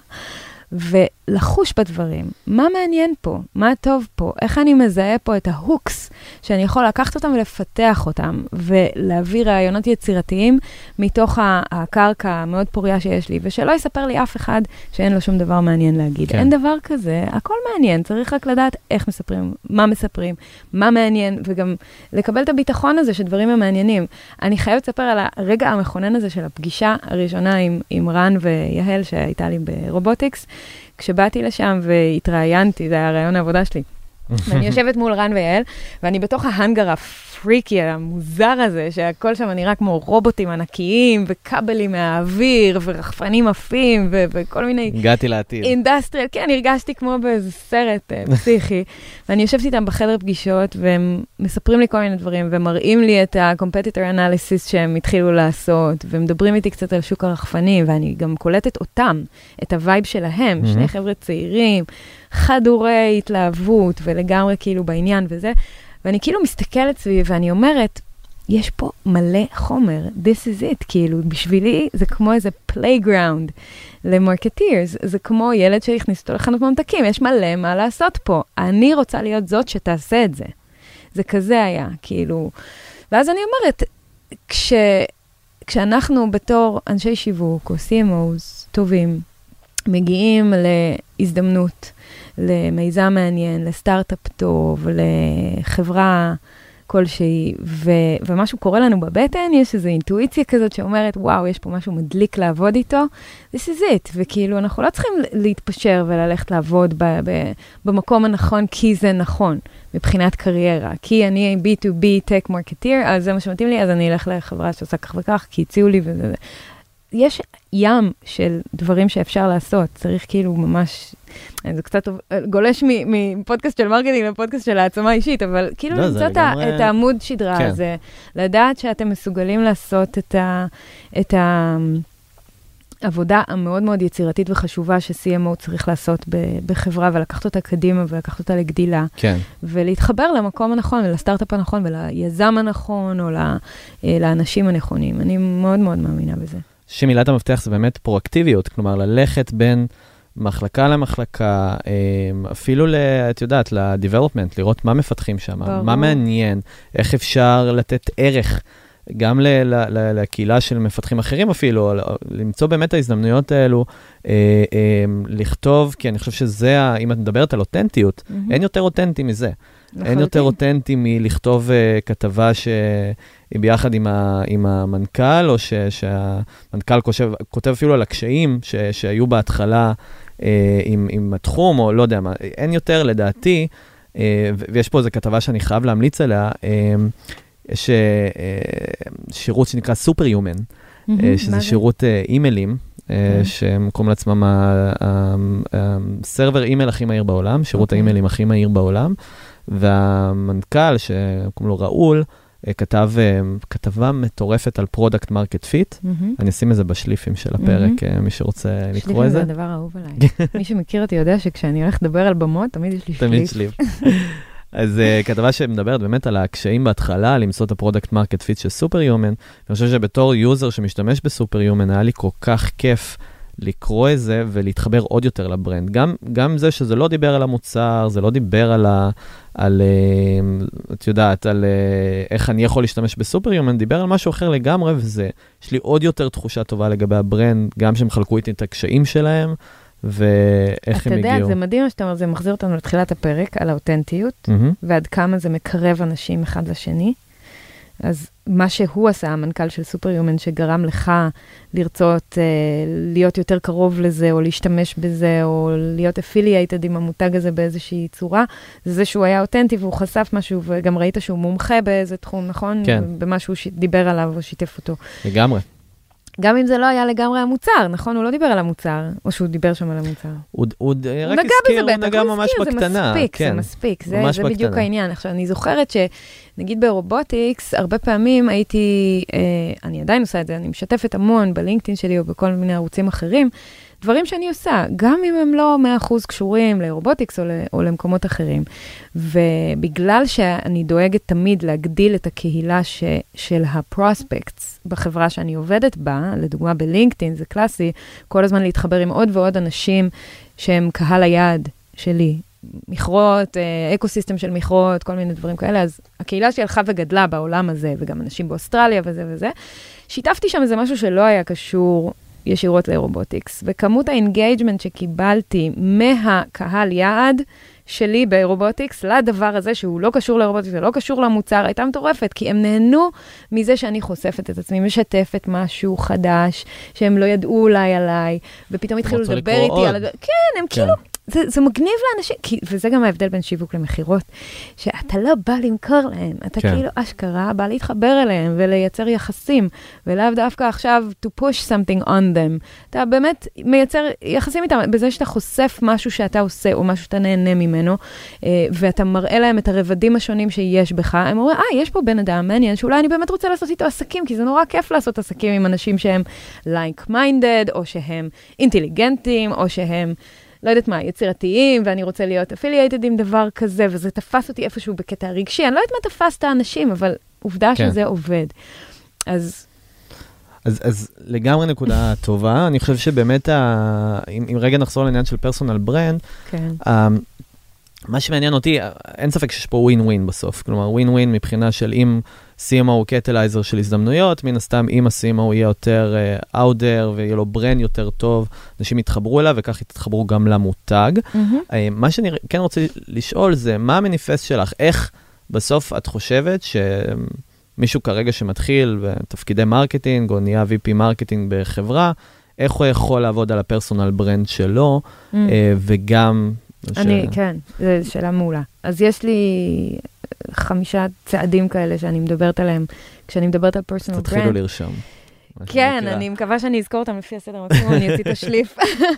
ולחוש בדברים, מה מעניין פה, מה טוב פה, איך אני מזהה פה את ההוקס, שאני יכול לקחת אותם ולפתח אותם, ולהביא רעיונות יצירתיים מתוך הקרקע המאוד פוריה שיש לי, ושלא יספר לי אף אחד שאין לו שום דבר מעניין להגיד. כן. אין דבר כזה, הכל מעניין, צריך רק לדעת איך מספרים, מה מעניין, וגם לקבל את הביטחון הזה שדברים הם מעניינים. אני חייבת לספר על הרגע המכונן הזה של הפגישה הראשונה עם רן ויהל שהייתה לי ברובוטיקס, כשבאתי לשם והתראיינתי, זה היה רעיון העבודה שלי. ואני יושבת מול רן ויעל, ואני בתוך ההנגר הפריקי, המוזר הזה, שהכל שם נראה כמו רובוטים ענקיים, וכבלים מהאוויר, ורחפנים עפים, וכל מיני...
הגעתי לעתיד.
אינדסטריאל, כן, הרגשתי כמו באיזה סרט פסיכי. ואני יושבת איתם בחדר פגישות, והם מספרים לי כל מיני דברים, ומראים לי את ה-competitor analysis שהם התחילו לעשות, ומדברים איתי קצת על שוק הרחפנים, ואני גם קולטת אותם, את הווייב שלהם, שני חבר'ה צעירים, חדורי התלהבות, ולגמרי כאילו בעניין וזה, ואני כאילו מסתכלת סביב, ואני אומרת, יש פה מלא חומר, this is it, כאילו, בשבילי זה כמו איזה playground למרקטירס, זה כמו ילד שהכניס אותו לחנות ממתקים, יש מלא מה לעשות פה, אני רוצה להיות זאת שתעשה את זה. זה כזה היה, כאילו, ואז אני אומרת, כשאנחנו בתור אנשי שיווק, או CMOs טובים, מגיעים להזדמנות, למיזם מעניין, לסטארט-אפ טוב, לחברה כלשהי, ומשהו קורה לנו בבטן, יש איזו אינטואיציה כזאת שאומרת, וואו, יש פה משהו מדליק לעבוד איתו, this is it, וכאילו אנחנו לא צריכים להתפשר וללכת לעבוד במקום הנכון, כי זה נכון, מבחינת קריירה, כי אני B2B tech marketeer, אז זה מה שמתאים לי, אז אני אלך לחברה שעושה כך וכך, כי הציעו לי וזה. יש ים של דברים שאפשר לעשות, צריך כאילו ממש, זה קצת גולש מפודקאסט של מרקטינג לפודקאסט של העצמה אישית, אבל כאילו למצוא את העמוד שדרה הזה, לדעת שאתם מסוגלים לעשות את העבודה המאוד מאוד יצירתית וחשובה ש-CMO צריך לעשות בחברה, ולקחת אותה קדימה ולקחת אותה לגדילה, ולהתחבר למקום הנכון, ולסטארט-אפ הנכון, וליזם הנכון, או לאנשים הנכונים. אני מאוד מאוד מאמינה בזה.
שמילת המפתח זה באמת פרואקטיביות, כלומר ללכת בין מחלקה למחלקה, אפילו, את יודעת, ל-development, לראות מה מפתחים שם, מה מעניין, איך אפשר לתת ערך, גם לקהילה של מפתחים אחרים אפילו, למצוא באמת ההזדמנויות האלו, לכתוב, כי אני חושב שזה, אם את מדברת על אותנטיות, אין יותר אותנטי מזה. אין יותר אותנטי מלכתוב כתבה שהיא ביחד עם המנכ"ל, או שהמנכ"ל כותב אפילו על הקשיים שהיו בהתחלה עם התחום, או לא יודע מה. אין יותר, לדעתי, ויש פה איזו כתבה שאני חייב להמליץ עליה, יש שירות שנקרא סופר-יומן, שזה שירות אימיילים, שהם קוראים לעצמם הסרבר אימייל הכי מהיר בעולם, שירות האימיילים הכי מהיר בעולם, והמנכ"ל, שקוראים לו ראול, כתב כתבה מטורפת על פרודקט מרקט פיט. אני אשים את זה בשליפים של הפרק, מי שרוצה לקרוא את זה.
שליפים זה הדבר האהוב עליי. מי שמכיר אותי יודע שכשאני הולך לדבר על במות, תמיד יש לי שליף.
תמיד שליף. אז כתבה שמדברת באמת על הקשיים בהתחלה, למצוא את הפרודקט מרקט פיט של סופר-יומן. אני חושב שבתור יוזר שמשתמש בסופר-יומן, היה לי כל כך כיף לקרוא את זה ולהתחבר עוד יותר לברנד. גם זה שזה לא דיבר על המוצר, זה לא דיבר על את יודעת, על איך אני יכול להשתמש בסופר-יומן, דיבר על משהו אחר לגמרי, וזה, יש לי עוד יותר תחושה טובה לגבי הברנד, גם שהם חלקו איתי את הקשיים שלהם, ואיך הם הגיעו.
אתה יודע, זה מדהים שאתה אומר, זה מחזיר אותנו לתחילת הפרק על האותנטיות, ועד כמה זה מקרב אנשים אחד לשני. אז מה שהוא עשה, המנכ"ל של סופר-יומן, שגרם לך לרצות להיות יותר קרוב לזה, או להשתמש בזה, או להיות affiliated עם המותג הזה באיזושהי צורה, זה שהוא היה אותנטי, והוא חשף משהו, וגם ראית שהוא מומחה באיזה תחום, נכון?
כן.
במה שהוא דיבר עליו, או שיתף אותו.
לגמרי.
גם אם זה לא היה לגמרי המוצר, נכון? הוא לא דיבר על המוצר, או שהוא דיבר שם על המוצר.
הוא רק הזכיר, הוא נגע ממש בקטנה.
זה מספיק, זה בדיוק העניין. עכשיו, אני זוכרת שנגיד ברובוטיקס, הרבה פעמים הייתי, אני עדיין עושה את זה, אני משתפת המון בלינקדאין שלי, או בכל מיני ערוצים אחרים, דברים שאני עושה, גם אם הם לא 100% קשורים לרובוטיקס או למקומות אחרים. ובגלל שאני דואגת תמיד להגדיל את הקהילה של הפרוספקטס בחברה שאני עובדת בה, לדוגמה בלינקדאין, זה קלאסי, כל הזמן להתחבר עם עוד ועוד אנשים שהם קהל היעד שלי, מכרות, אקוסיסטם של מכרות, כל מיני דברים כאלה, אז הקהילה שלי הלכה וגדלה בעולם הזה, וגם אנשים באוסטרליה וזה וזה. שיתפתי שם איזה משהו שלא היה קשור ישירות לרובוטיקס, וכמות האינגייג'מנט שקיבלתי מהקהל יעד שלי ברובוטיקס, לדבר הזה שהוא לא קשור לרובוטיקס, ולא קשור למוצר, הייתה מטורפת, כי הם נהנו מזה שאני חושפת את עצמי, משתפת משהו חדש, שהם לא ידעו אולי עליי, ופתאום התחילו לדבר איתי על... כן, הם כאילו... זה מגניב לאנשים, וזה גם ההבדל בין שיווק למחירות, שאתה לא בא למכור להם, אתה כאילו אשכרה בא להתחבר אליהם ולייצר יחסים, ולאו דווקא עכשיו to push something on them. אתה באמת מייצר יחסים איתם, בזה שאתה חושף משהו שאתה עושה, או משהו שאתה נהנה ממנו, ואתה מראה להם את הרבדים השונים שיש בך, הם אומרים, יש פה בן אדם מעניין, שאולי אני באמת רוצה לעשות איתו עסקים, כי זה נורא כיף לעשות עסקים עם אנשים שהם like-minded, או שהם אינטליגנטים, או שהם לא יודעת מה, יצירתיים, ואני רוצה להיות affiliated עם דבר כזה, וזה תפס אותי איפשהו בקטע רגשי. אני לא יודעת מה תפס את האנשים, אבל עובדה שזה עובד. אז
לגמרי נקודה טובה. אני חושב שבאמת, אם רגע נחזור לעניין של פרסונל ברנד, מה שמעניין אותי, אין ספק שיש פה ווין-ווין בסוף. כלומר, ווין-ווין מבחינה של אם CMO הוא קטלייזר של הזדמנויות, מן הסתם אם ה-CMO יהיה יותר out there ויהיה לו ברנד יותר טוב, אנשים יתחברו אליו וכך יתחברו גם למותג. מה שאני כן רוצה לשאול זה, מה המניפסט שלך? איך בסוף את חושבת שמישהו כרגע שמתחיל בתפקידי מרקטינג או נהיה VP מרקטינג בחברה, איך הוא יכול לעבוד על הפרסונל ברנד שלו וגם...
כן, זו שאלה מעולה. אז יש לי 5 צעדים כאלה שאני מדברת עליהם, כשאני מדברת על פרסונל ברנד.
תתחילו לרשום.
כן, אני מקווה שאני אזכור אותם לפי הסדר מקסימום, אני אוציא את השליף.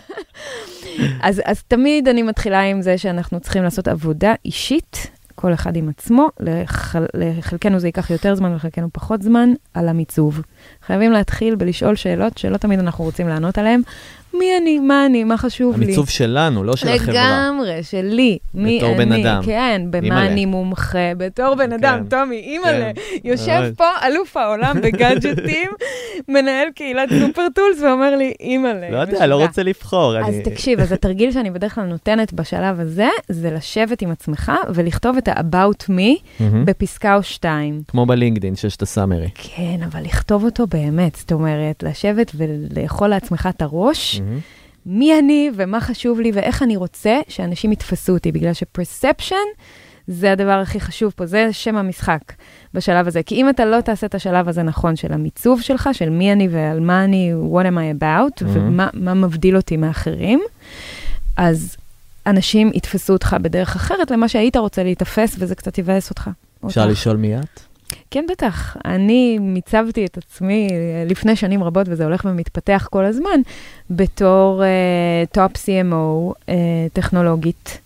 אז תמיד אני מתחילה עם זה שאנחנו צריכים לעשות עבודה אישית, כל אחד עם עצמו, לחלקנו זה ייקח יותר זמן ולחלקנו פחות זמן, על המיצוב. חייבים להתחיל בלשאול שאלות, שלא תמיד אנחנו רוצים לענות עליהם. מי אני, מה אני, מה חשוב לי.
המיצוב שלנו, לא של החברה.
לגמרי, שלי.
בתור בן אדם.
כן, במה אני מומחה, בתור בן אדם. טומי, אימאלה, יושב פה אלוף העולם בגאדג'טים, מנהל קהילת סופר טולס, ואומר לי, אימאלה.
לא יודע, לא רוצה לבחור.
אז תקשיב, אז התרגיל שאני בדרך כלל נותנת בשלב הזה, זה לשבת עם עצמך, ולכתוב את ה-about me בפסקה או 2.
כמו בלינקדאין, שיש את הסאמרי.
כן, אבל לכתוב אותו באמת, זאת אומרת, לשבת ולאכול לעצמך את הראש, מי אני ומה חשוב לי ואיך אני רוצה שאנשים יתפסו אותי, בגלל שפרספשן זה הדבר הכי חשוב פה, זה שם המשחק בשלב הזה. כי אם אתה לא תעשה את השלב הזה נכון של המיצוב שלך, של מי אני ועל מה אני, what am I about, ומה מבדיל אותי מאחרים, אז אנשים יתפסו אותך בדרך אחרת למה שהיית רוצה להתאפס, וזה קצת יבאס אותך.
אפשר לשאול מי את?
כן, בטח. אני מיצבתי את עצמי לפני שנים רבות, וזה הולך ומתפתח כל הזמן, בתור טופ CMO טכנולוגית,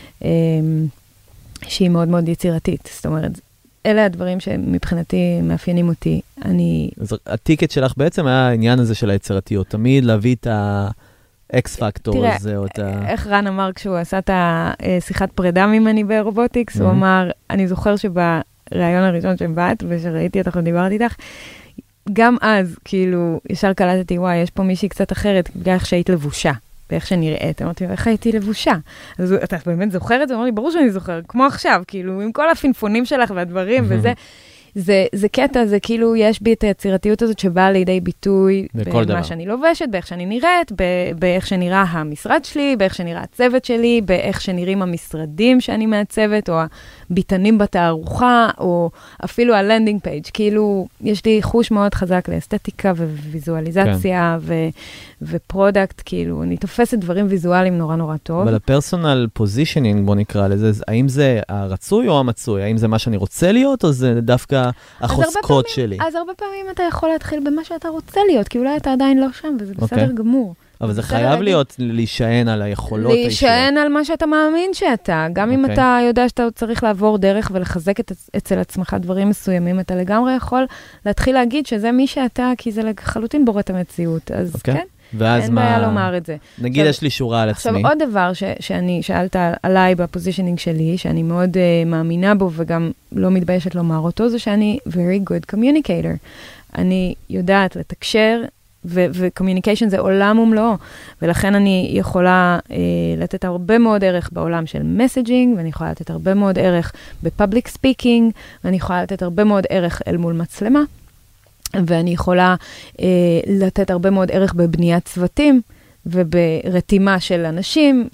שהיא מאוד מאוד יצירתית. זאת אומרת, אלה הדברים שמבחינתי מאפיינים אותי.
אז הטיקט שלך בעצם היה העניין הזה של היצירתיות, תמיד להביא את האקס פקטור הזה.
תראה, איך רן אמר כשהוא עשה את השיחת פרידה ממני ברובוטיקס, הוא אמר, אני זוכר רעיון הראשון שבאת, ושראיתי אותך ודיברתי איתך, גם אז, כאילו, ישר קלטתי, וואי, יש פה מישהי קצת אחרת, בגלל איך שהיית לבושה, ואיך שנראית. אמרתי, איך הייתי לבושה? אז אתה באמת זוכר את זה? אמר לי, ברור שאני זוכר, כמו עכשיו, כאילו, עם כל הפינפונים שלך והדברים וזה, זה קטע, זה כאילו, יש בי את היצירתיות הזאת שבאה לידי ביטוי
בכל דבר.
במה שאני לובשת, באיך שאני נראית, באיך שנראה המשרד שלי, באיך שנראה הצוות שלי, באיך שנראים המשרדים שאני מעצבת, או הביטנים בתערוכה, או אפילו הלנדינג פייג'. כאילו, יש לי חוש מאוד חזק לאסתטיקה וויזואליזציה ופרודקט, כאילו, אני תופסת דברים ויזואליים נורא נורא טוב.
אבל הפרסונל פוזישנינג, בוא נקרא לזה, האם זה הרצוי או המצוי? האם זה מה שאני רוצה להיות, או זה דווקא החוזקות שלי?
אז הרבה פעמים אתה יכול להתחיל במה שאתה רוצה להיות, כי אולי אתה עדיין לא שם, וזה בסדר גמור.
אבל זה חייב להיות להישען על היכולות האישיות.
להישען על מה שאתה מאמין שאתה. גם אם אתה יודע שאתה צריך לעבור דרך ולחזק אצל עצמך דברים מסוימים, אתה לגמרי יכול להתחיל להגיד שזה מי שאתה, כי זה לחלוטין בורא את המציאות. אז כן, אין בעיה לומר את זה.
נגיד יש לי שורה על עצמי.
עכשיו, עוד דבר שאני שאלת עליי בפוזישנינג שלי, שאני מאוד מאמינה בו וגם לא מתביישת לומר אותו, זה שאני very good communicator. אני יודעת לתקשר, ו-communication זה עולם ומלואו, ולכן אני יכולה לתת הרבה מאוד ערך בעולם של messaging, ואני יכולה לתת הרבה מאוד ערך בפאבליק ספיקינג, ואני יכולה לתת הרבה מאוד ערך אל מול מצלמה, ואני יכולה לתת הרבה מאוד ערך בבניית צוותים, וברתימה של אנשים,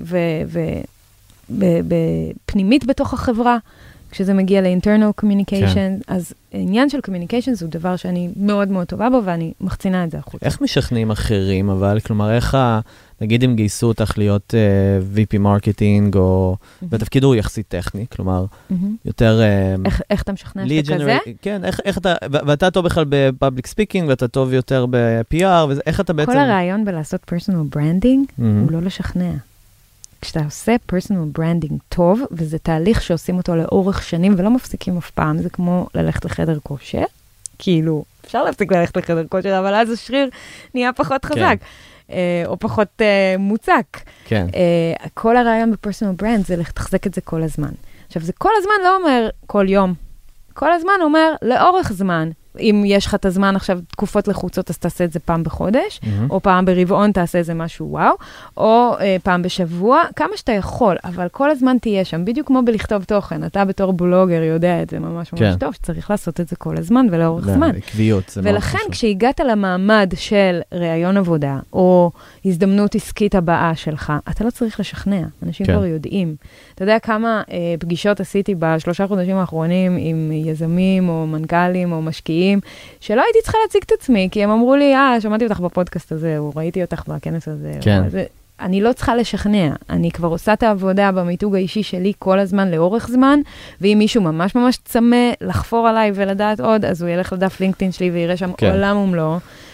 ובפנימית בתוך החברה, כשזה מגיע ל-internal communication, אז העניין של communication זהו דבר שאני מאוד מאוד טובה בו, ואני מחצינה את זה החוצה.
איך משכנעים אחרים, אבל כלומר, איך, נגיד אם גייסו אותך להיות VP מרקטינג, או בתפקיד הוא יחסית טכני, כלומר, יותר...
איך אתה משכנע שאתה כזה?
כן, איך אתה, ואתה טוב בכלל בפאבליק ספיקינג, ואתה טוב יותר ב-PR, ואיך אתה בעצם...
כל הרעיון בלעשות personal branding, הוא לא לשכנע. כשאתה עושה personal branding טוב, וזה תהליך שעושים אותו לאורך שנים, ולא מפסיקים אף פעם, זה כמו ללכת לחדר כושר, כאילו, אפשר להפסיק ללכת לחדר כושר, אבל אז השריר נהיה פחות חזק, או פחות מוצק.
כן.
כל הרעיון ב-personal brand זה לתחזק את זה כל הזמן. עכשיו, זה כל הזמן לא אומר כל יום, כל הזמן אומר לאורך זמן. אם יש לך את הזמן עכשיו, תקופות לחוצות, אז תעשה את זה פעם בחודש, או פעם ברבעון תעשה איזה משהו וואו, או פעם בשבוע, כמה שאתה יכול, אבל כל הזמן תהיה שם, בדיוק כמו בלכתוב תוכן. אתה בתור בלוגר יודע את זה ממש ממש טוב, שצריך לעשות את זה כל הזמן ולאורך זמן.
עקביות, זה מאוד חשוב.
ולכן, כשהגעת למעמד של ראיון עבודה, או הזדמנות עסקית הבאה שלך, אתה לא צריך לשכנע, אנשים כבר יודעים. אתה יודע כמה פגישות עשיתי ב3 חודשים האחרונים עם יזמים או מנכ"לים או משקיעים, שלא הייתי צריכה להציג את עצמי, כי הם אמרו לי, שמעתי אותך בפודקאסט הזה, או ראיתי אותך בכנס הזה.
כן.
אני לא צריכה לשכנע, אני כבר עושה את העבודה במיתוג האישי שלי כל הזמן לאורך זמן, ואם מישהו ממש ממש צמא לחפור עליי ולדעת עוד, אז הוא ילך לדף לינקדאין שלי ויראה שם עולם ומלואו.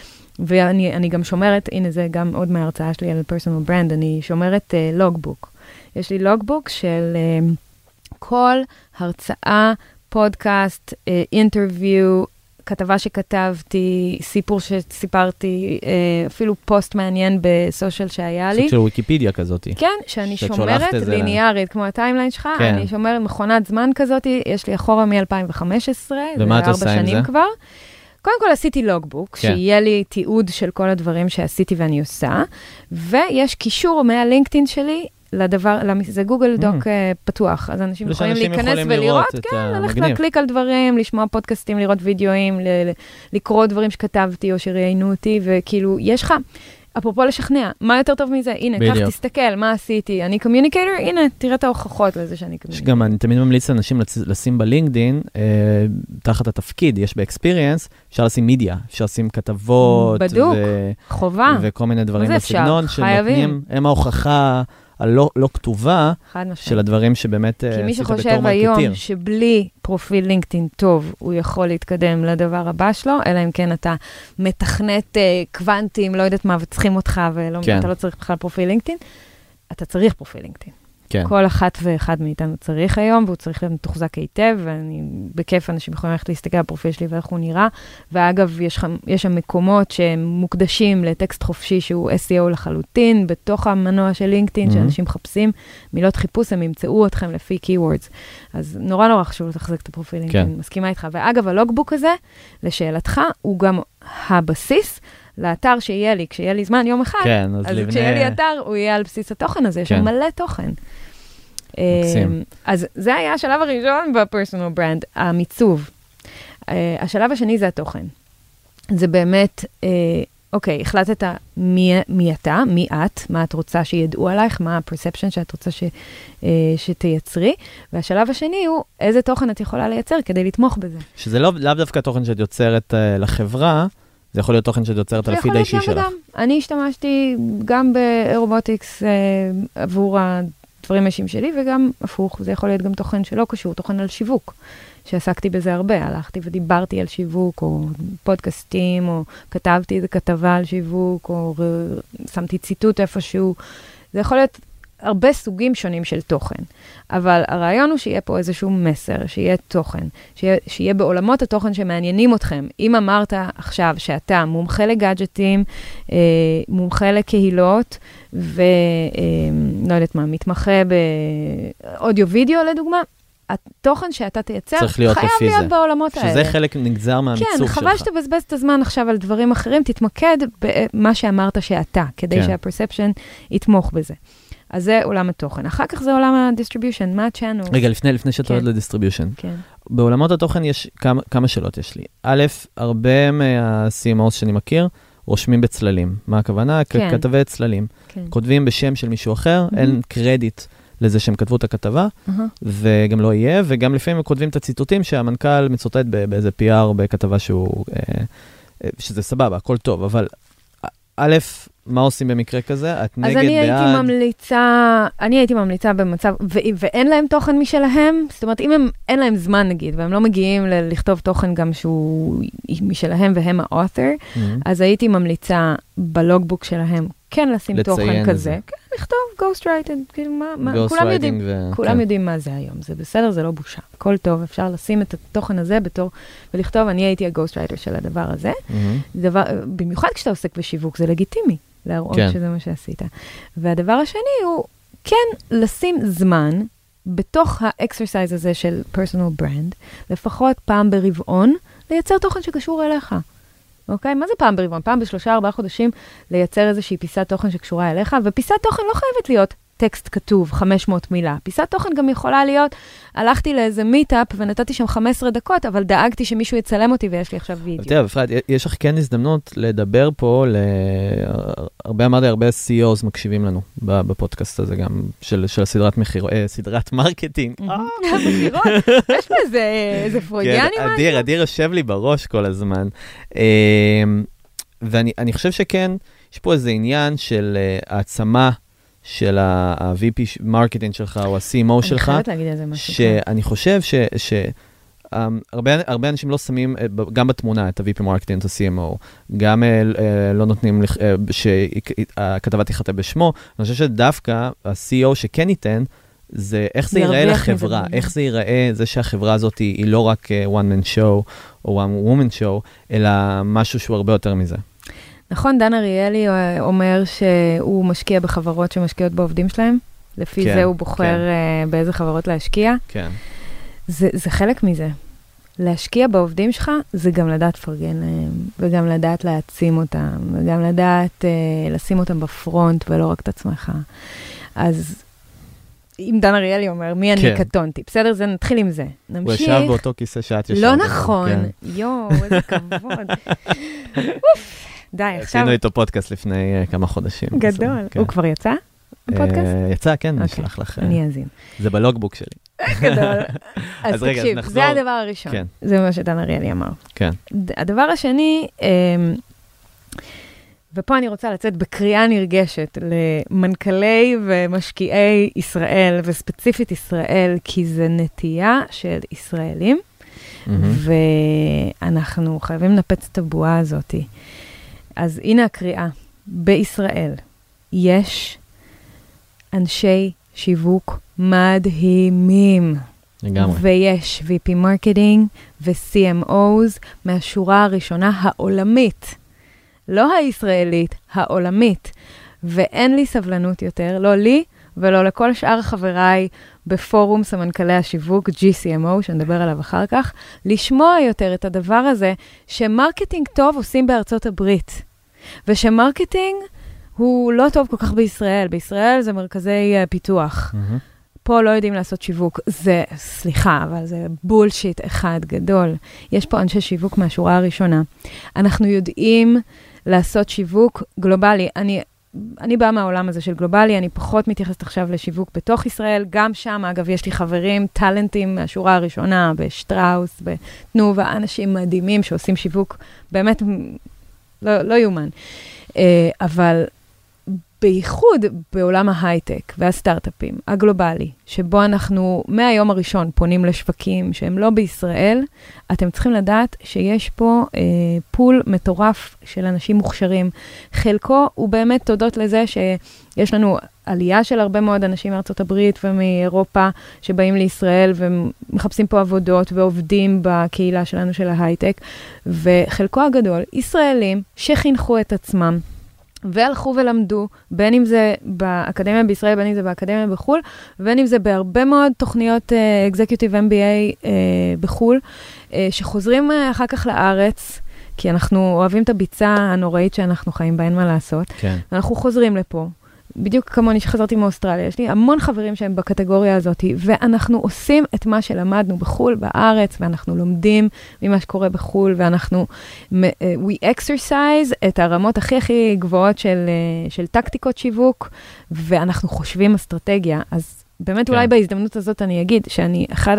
ואני גם שומרת, הנה זה גם עוד מההרצאה שלי על personal brand, אני שומרת לוגבוק. יש לי לוגבוק של כל הרצאה, פודקאסט, אינטרוויו, כתבה שכתבתי, סיפור שסיפרתי, אפילו פוסט מעניין בסושיאל שהיה לי.
סוג של ויקיפדיה כזאת.
כן, שאני שומרת ליניארית, כמו הטיימליין שלך, אני שומרת מכונת זמן כזאת, יש לי אחורה מ-2015,
ומה את עושה עם זה?
כבר. קודם כל עשיתי לוגבוק, שיהיה לי תיעוד של כל הדברים שעשיתי ואני עושה, ויש קישור מהלינקדאין שלי, לדבר, זה גוגל דוק פתוח, אז אנשים יכולים להיכנס ולראות, כן, ללכת להקליק על דברים, לשמוע פודקאסטים, לראות וידאוים, לקרוא דברים שכתבתי או שראיינו אותי, וכאילו, יש לך, אפרופו לשכנע, מה יותר טוב מזה? הנה, כך תסתכל, מה עשיתי? אני קומיוניקטור? הנה, תראה את ההוכחות לזה שאני קומיוניקטור.
גם אני תמיד ממליץ לאנשים לשים בלינקדין, תחת התפקיד, יש באקספיריאנס, אפשר לשים מידיה, אפשר לשים כתבות,
בדוק, חובה.
וכל מיני דברים בסגנון, שנותנים, הם ההוכחה הלא כתובה של הדברים שבאמת
כי מי שחושב היום שבלי פרופיל לינקדאין טוב, הוא יכול להתקדם לדבר הבא שלו, אלא אם כן אתה מתכנת קוונטים, לא יודעת מה, וצריכים אותך, ואתה לא צריך בכלל פרופיל לינקדאין, אתה צריך פרופיל לינקדאין. כל אחת ואחד מאיתנו צריך היום, והוא צריך להיות מתוחזק היטב, ואני בכיף אנשים יכולים ללכת להסתכל על הפרופיל שלי ואיך הוא נראה, ואגב, יש שם מקומות שהם מוקדשים לטקסט חופשי שהוא SEO לחלוטין, בתוך המנוע של לינקדאין, שאנשים מחפשים מילות חיפוש, הם ימצאו אתכם לפי keywords. אז נורא נורא חשוב לתחזק את הפרופיל לינקדאין, מסכימה איתך. ואגב, הלוגבוק הזה, לשאלתך, הוא גם הבסיס, לאתר שיהיה לי, כשיהיה לי זמן יום אחד, אז כשיהיה לי אתר, הוא יהיה על בסיס התוכן הזה, יש שם מלא תוכן. אז זה היה השלב הראשון בפרסונל ברנד, המיצוב. השלב השני זה התוכן. זה באמת, אוקיי, החלטת מי אתה, מי את, מה את רוצה שידעו עלייך, מה הפרספשן שאת רוצה שתייצרי, והשלב השני הוא איזה תוכן את יכולה לייצר כדי לתמוך בזה.
שזה לאו דווקא תוכן שאת יוצרת לחברה, זה יכול להיות תוכן שאת יוצרת על הפיד האישי שלך.
אני השתמשתי גם ברובוטיקס עבור הדברים האישיים שלי, וגם הפוך, זה יכול להיות גם תוכן שלא קשור, תוכן על שיווק. שעסקתי בזה הרבה, הלכתי ודיברתי על שיווק, או פודקאסטים, או כתבתי איזו כתבה על שיווק, או שמתי ציטוט איפשהו. זה יכול להיות הרבה סוגים שונים של תוכן. אבל הרעיון הוא שיהיה פה איזשהו מסר, שיהיה תוכן, שיהיה בעולמות התוכן שמעניינים אתכם. אם אמרת עכשיו שאתה מומחה לגאדג'טים, מומחה לקהילות, ולא יודעת מה, מתמחה באודיו-וידאו לדוגמה, התוכן שאתה תייצר חייב להיות בעולמות האלה.
שזה חלק נגזר מהמיצוב שלך.
כן, חבל שתבזבז את הזמן עכשיו על דברים אחרים, תתמקד במה שאמרת שאתה, כדי שהפרספשן יתמוך בזה. אז זה עולם התוכן. אחר כך זה עולם הדיסטריביושן, מה הצ'אנל?
רגע, לפני שאתה עוד לדיסטריביושן. בעולמות התוכן יש כמה שאלות יש לי. א', הרבה מה-CMOs שאני מכיר, רושמים בצללים. מה הכוונה? כתבי צללים. כותבים בשם של מישהו אחר, אין קרדיט לזה שהם כתבו את הכתבה, וגם לא יהיה, וגם לפעמים הם כותבים את הציטוטים שהמנכ"ל מצוטט באיזה PR, בכתבה שזה סבבה, הכל טוב, אבל א', מה עושים במקרה כזה? את נגד, בעד?
אני הייתי ממליצה במצב, ואין להם תוכן משלהם, זאת אומרת, אם אין להם זמן נגיד, והם לא מגיעים לכתוב תוכן גם שהוא משלהם והם ה-author, אז הייתי ממליצה בלוגבוק שלהם, כן לשים תוכן כזה, כן, לכתוב Ghostwriting, כולם יודעים מה זה היום, זה בסדר, זה לא בושה, הכל טוב, אפשר לשים את התוכן הזה ולכתוב, אני הייתי ה-Ghostwriter של הדבר הזה, במיוחד כשאתה עוסק בשיווק, זה לגיטימי להראות שזה מה שעשית. והדבר השני הוא, כן, לשים זמן בתוך האקסרסייז הזה של personal brand, לפחות פעם ברבעון, לייצר תוכן שקשור אליך. אוקיי? מה זה פעם ברבעון? פעם ב3-4 חודשים לייצר איזושהי פיסת תוכן שקשורה אליך, ופיסת תוכן לא חייבת להיות טקסט כתוב, 500 מילה. פיסת תוכן גם יכולה להיות, הלכתי לאיזה מיטאפ ונתתי שם 15 דקות, אבל דאגתי שמישהו יצלם אותי ויש לי עכשיו וידאו.
תראה, בפרט, יש לך כן הזדמנות לדבר פה הרבה CEOs מקשיבים לנו בפודקאסט הזה גם, של סדרת מרקטינג.
מכירות? יש בזה איזה פרוידיאני משהו?
אדיר יושב לי בראש כל הזמן. ואני חושב שכן, יש פה איזה עניין של העצמה, של ה-VP מרקטינג שלך, או ה-CMO שלך,
אני חייבת להגיד איזה משהו.
שאני חושב הרבה אנשים לא שמים גם בתמונה את ה-VP מרקטינג, את ה-CMO, גם לא נותנים שהכתבה תיכתב בשמו. אני חושב שדווקא ה-CEO שכן ייתן, זה איך זה ייראה לחברה, איך זה ייראה זה שהחברה הזאת היא לא רק one man show, או one woman show, אלא משהו שהוא הרבה יותר מזה.
נכון, דן אריאלי אומר שהוא משקיע בחברות שמשקיעות בעובדים שלהם, לפי זה הוא בוחר באיזה חברות להשקיע.
כן.
זה חלק מזה. להשקיע בעובדים שלך, זה גם לדעת פרגן להם, וגם לדעת להעצים אותם, וגם לדעת לשים אותם בפרונט, ולא רק את עצמך. אז אם דן אריאלי אומר, מי אני קטונתי? בסדר, זה נתחיל עם זה. נמשיך.
הוא ישב באותו כיסא שאת ישב.
לא נכון. יואו, איזה כבוד. די, עכשיו...
עשינו איתו פודקאסט לפני כמה חודשים.
גדול. הוא כבר יצא? הפודקאסט?
יצא, כן, נשלח לך.
אני אאזין.
זה בלוגבוק שלי.
גדול. אז תקשיב, זה הדבר הראשון. זה מה שדן אריאלי אמר.
כן.
הדבר השני, ופה אני רוצה לצאת בקריאה נרגשת למנכ"לי ומשקיעי ישראל, וספציפית ישראל, כי זה נטייה של ישראלים, ואנחנו חייבים לנפץ את הבועה הזאת. אז הנה הקריאה. בישראל יש אנשי שיווק מדהימים.
לגמרי.
ויש VP מרקטינג ו-CMOs מהשורה הראשונה העולמית. לא הישראלית, העולמית. ואין לי סבלנות יותר, לא לי ולא לכל שאר חבריי בפורום סמנכ"לי השיווק, GCMO, שנדבר עליו אחר כך, לשמוע יותר את הדבר הזה, שמרקטינג טוב עושים בארצות הברית. ושמרקטינג הוא לא טוב כל כך בישראל. בישראל זה מרכזי פיתוח. פה לא יודעים לעשות שיווק. זה, סליחה, אבל זה בולשיט אחד גדול. יש פה אנשי שיווק מהשורה הראשונה. אנחנו יודעים לעשות שיווק גלובלי. אני באה מהעולם הזה של גלובלי, אני פחות מתייחסת עכשיו לשיווק בתוך ישראל, גם שם, אגב, יש לי חברים, טלנטים מהשורה הראשונה, בשטראוס, בתנובה, אנשים מדהימים שעושים שיווק, באמת לא יומן. אבל בייחוד בעולם ההייטק והסטארט-אפים הגלובלי, שבו אנחנו מהיום הראשון פונים לשווקים שהם לא בישראל, אתם צריכים לדעת שיש פה פול מטורף של אנשים מוכשרים. חלקו הוא באמת תודות לזה שיש לנו עלייה של הרבה מאוד אנשים מארצות הברית ומאירופה שבאים לישראל ומחפשים פה עבודות ועובדים בקהילה שלנו של ההייטק, וחלקו הגדול ישראלים שחינכו את עצמם, והלכו ולמדו, בין אם זה באקדמיה בישראל, בין אם זה באקדמיה בחול, ובין אם זה בהרבה מאוד תוכניות Executive MBA בחול, שחוזרים אחר כך לארץ, כי אנחנו אוהבים את הביצה הנוראית שאנחנו חיים בה, אין מה לעשות.
כן.
ואנחנו חוזרים לפה. בדיוק כמוני שחזרתי מאוסטרליה, יש לי המון חברים שהם בקטגוריה הזאת, ואנחנו עושים את מה שלמדנו בחול, בארץ, ואנחנו לומדים ממה שקורה בחול, ואנחנו, we exercise את הרמות הכי הכי גבוהות של טקטיקות שיווק, ואנחנו חושבים אסטרטגיה. אז באמת אולי בהזדמנות הזאת אני אגיד, שאני אחד